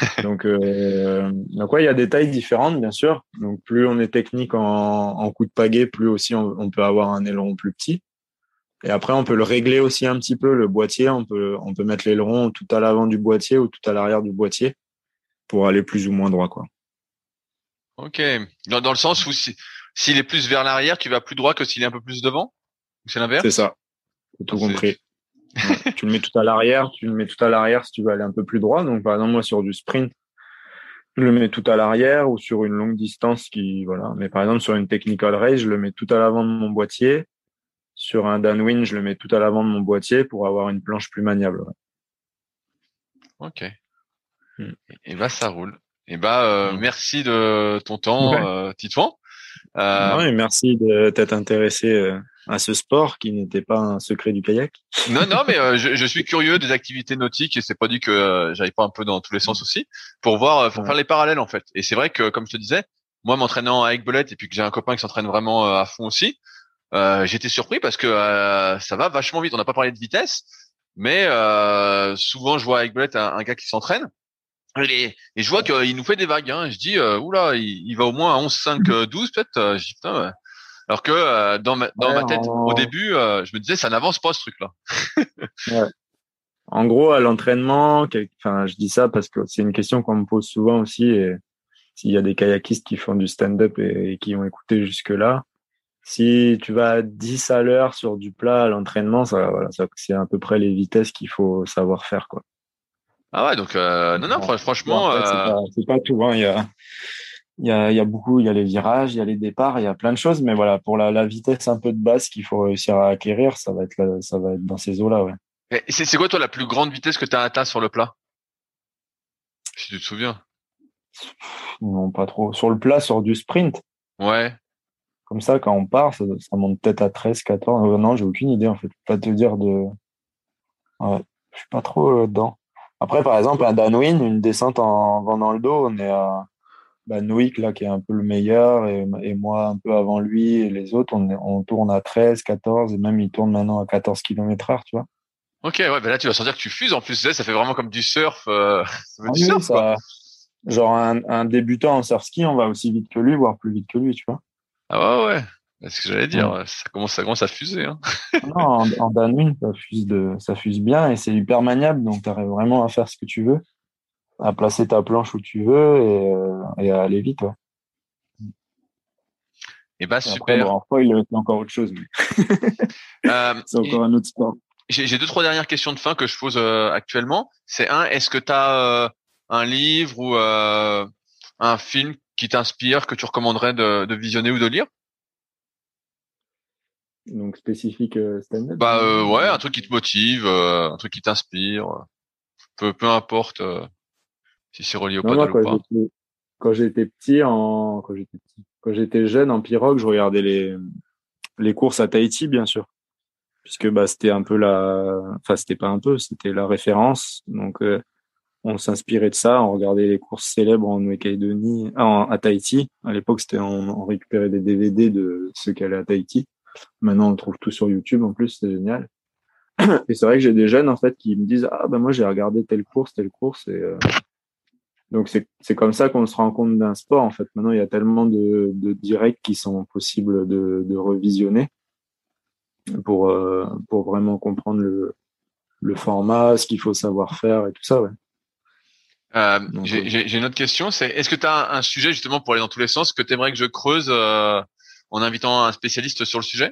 Donc ouais, il y a des tailles différentes, bien sûr. Donc plus on est technique en coup de pagaie, plus aussi on peut avoir un aileron plus petit. Et après, on peut le régler aussi un petit peu, le boîtier. On peut mettre l'aileron tout à l'avant du boîtier ou tout à l'arrière du boîtier pour aller plus ou moins droit, quoi. Ok. Dans le sens où s'il est plus vers l'arrière, tu vas plus droit que s'il est un peu plus devant? Ou c'est C'est l'inverse? ça. T'as Non, tout compris. Ouais. Tu le mets tout à l'arrière, tu le mets tout à l'arrière si tu veux aller un peu plus droit. Donc, par exemple, moi, sur du sprint, je le mets tout à l'arrière ou sur une longue distance voilà. Mais par exemple, sur une technical race, je le mets tout à l'avant de mon boîtier. Sur un downwind, je le mets tout à l'avant de mon boîtier pour avoir une planche plus maniable. Ok. Ouais. Et bah, ça roule. Merci de ton temps, Titouan. Non, et merci de t'être intéressé à ce sport qui n'était pas un secret du kayak. Non, mais je suis curieux des activités nautiques et c'est pas dit que j'aille pas un peu dans tous les sens aussi pour voir, pour faire les parallèles en fait. Et c'est vrai que comme je te disais, moi m'entraînant avec Belette et puis que j'ai un copain qui s'entraîne vraiment à fond aussi, j'étais surpris parce que ça va vachement vite. On n'a pas parlé de vitesse, mais souvent je vois avec Belette un gars qui s'entraîne. Et je vois qu'il nous fait des vagues. Hein. Je dis, oula, il va au moins à 11, 5, 12 peut-être. Je dis, putain, ouais. Alors que dans ma tête, au début, je me disais, ça n'avance pas ce truc-là. Ouais. En gros, à l'entraînement, je dis ça parce que c'est une question qu'on me pose souvent aussi. Et s'il y a des kayakistes qui font du stand-up et qui ont écouté jusque-là, si tu vas à 10 à l'heure sur du plat à l'entraînement, c'est à peu près les vitesses qu'il faut savoir faire, quoi. Ah ouais, donc non, franchement, c'est pas tout. Hein. Il y a beaucoup, il y a les virages, il y a les départs, il y a plein de choses, mais voilà, pour la vitesse un peu de base qu'il faut réussir à acquérir, ça va être dans ces eaux-là, ouais. C'est quoi toi la plus grande vitesse que tu as atteint sur le plat? Si tu te souviens. Non, pas trop. Sur le plat, sur du sprint. Ouais. Comme ça, quand on part, ça monte peut-être à 13, 14. Non, j'ai aucune idée, en fait. Je peux pas te dire de. Ouais, je suis pas trop dedans. Après, par exemple, un downwind, une descente en vent dans le dos, on est à Noïc, là, qui est un peu le meilleur, et moi, un peu avant lui, et les autres, on tourne à 13, 14, et même il tourne maintenant à 14 km/h, tu vois. Ok, ouais, là, tu vas sentir que tu fuses, en plus, ça fait vraiment comme du surf, ça fait du Oui, surf, quoi. Genre, un débutant en surf ski, on va aussi vite que lui, voire plus vite que lui, tu vois. Ah ouais. C'est ce que j'allais dire. Ouais. Ça commence à fuser, hein. Non, en downwind, ça fuse bien, et c'est hyper maniable, donc tu arrives vraiment à faire ce que tu veux, à placer ta planche où tu veux et à aller vite. Ouais. Et Après, super. en foil, c'est encore autre chose. Mais... c'est encore un autre sport. J'ai 2-3 dernières questions de fin que je pose actuellement. C'est est-ce que tu as un livre ou un film qui t'inspire, que tu recommanderais de visionner ou de lire? Donc spécifique stand-up. Ouais, un truc qui te motive, un truc qui t'inspire, peu importe si c'est relié au paddle ou pas. Quand j'étais jeune en pirogue, je regardais les courses à Tahiti, bien sûr, puisque c'était un peu c'était pas un peu, c'était la référence. Donc on s'inspirait de ça, on regardait les courses célèbres en Nouvelle-Calédonie, à Tahiti. À l'époque, on récupérait des DVD de ceux qui allaient à Tahiti. Maintenant, on le trouve tout sur YouTube. En plus, c'est génial. Et c'est vrai que j'ai des jeunes en fait qui me disent moi j'ai regardé telle course et donc c'est comme ça qu'on se rend compte d'un sport en fait. Maintenant, il y a tellement de directs qui sont possibles de revisionner pour vraiment comprendre le format, ce qu'il faut savoir faire et tout ça, ouais. J'ai une autre question, c'est est-ce que tu as un sujet justement pour aller dans tous les sens que tu aimerais que je creuse en invitant un spécialiste sur le sujet?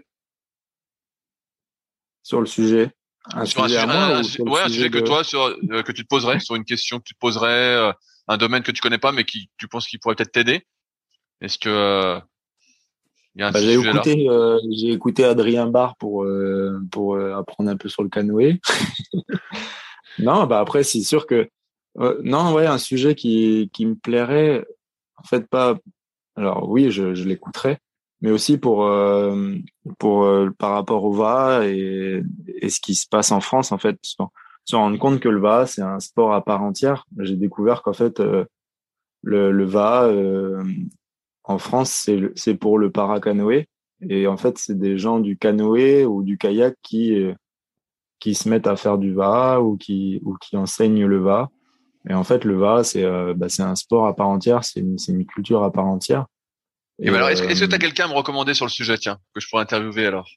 Sur le sujet. Un sujet que toi que tu te poserais sur une question que tu te poserais, un domaine que tu connais pas mais qui tu penses qu'il pourrait peut-être t'aider. Est-ce que il y a un sujet là? J'ai écouté Adrien Barre pour apprendre un peu sur le canoë. Non, après c'est sûr que non, ouais, un sujet qui me plairait en fait pas. Alors oui, je l'écouterais, mais aussi pour par rapport au VA et ce qui se passe en France en fait, se rendre compte que le VA c'est un sport à part entière. J'ai découvert qu'en fait le VA en France c'est pour le paracanoë et en fait c'est des gens du canoë ou du kayak qui se mettent à faire du VA ou qui enseignent le VA. Et en fait le VA c'est un sport à part entière, c'est une culture à part entière. Et alors, est-ce que tu as quelqu'un à me recommander sur le sujet, tiens, que je pourrais interviewer alors?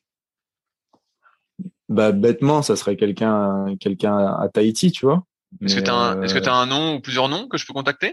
Bêtement, ça serait quelqu'un à Tahiti, tu vois. Est-ce que tu as un nom ou plusieurs noms que je peux contacter?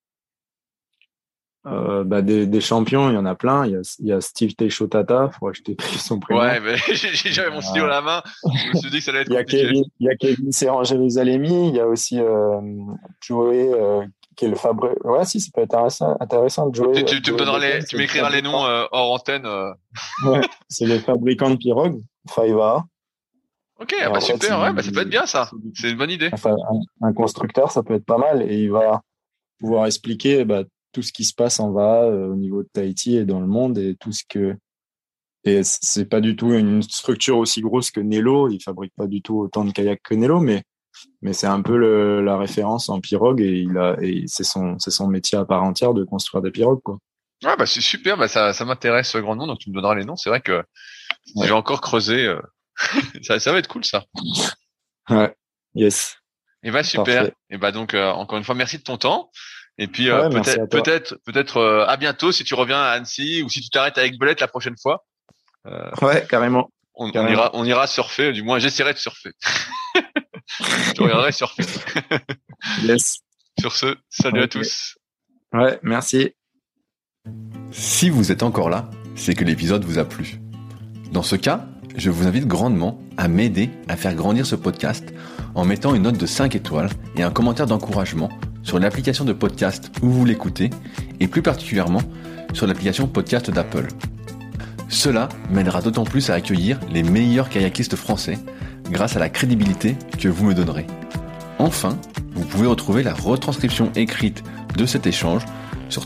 Des champions, il y en a plein. Il y a Steve Teixeira, faut acheter son prénom. Ouais, mais j'avais mon stylo à la main. Je me suis dit que ça allait être compliqué. Il y a Kevin Serran Jérusalemi. Il y a aussi Joey qui est le fabricant. Ouais, si, ça peut être intéressant de jouer. Tu m'écriras les noms hors antenne. Ouais, c'est le fabricant de pirogues, Faiva. Ok, super, ouais, ça peut être bien ça. C'est une bonne idée. Enfin, un constructeur, ça peut être pas mal et pouvoir expliquer tout ce qui se passe en VA au niveau de Tahiti et dans le monde et tout ce que. Et c'est pas du tout une structure aussi grosse que Nelo. Il fabrique pas du tout autant de kayaks que Nelo, mais c'est un peu la référence en pirogue et c'est son métier à part entière de construire des pirogues, quoi. Ouais, bah c'est super, bah ça m'intéresse grandement, donc tu me donneras les noms. C'est vrai que je vais encore creuser. Ça va être cool, ça. Ouais, yes. Et bah super. Parfait. Et bah donc encore une fois, merci de ton temps. Et puis merci à toi. peut-être à bientôt si tu reviens à Annecy ou si tu t'arrêtes avec Belette la prochaine fois. Ouais, carrément. On ira surfer. Du moins, j'essaierai de surfer. Je regarderai surfer. Yes. Sur ce, salut à tous. Ouais, merci. Si vous êtes encore là, c'est que l'épisode vous a plu. Dans ce cas, je vous invite grandement à m'aider à faire grandir ce podcast en mettant une note de 5 étoiles et un commentaire d'encouragement sur l'application de podcast où vous l'écoutez et plus particulièrement sur l'application podcast d'Apple. Cela m'aidera d'autant plus à accueillir les meilleurs kayakistes français grâce à la crédibilité que vous me donnerez. Enfin, vous pouvez retrouver la retranscription écrite de cet échange sur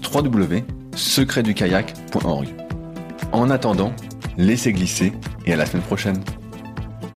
www.secretdukayak.org. En attendant, laissez glisser et à la semaine prochaine.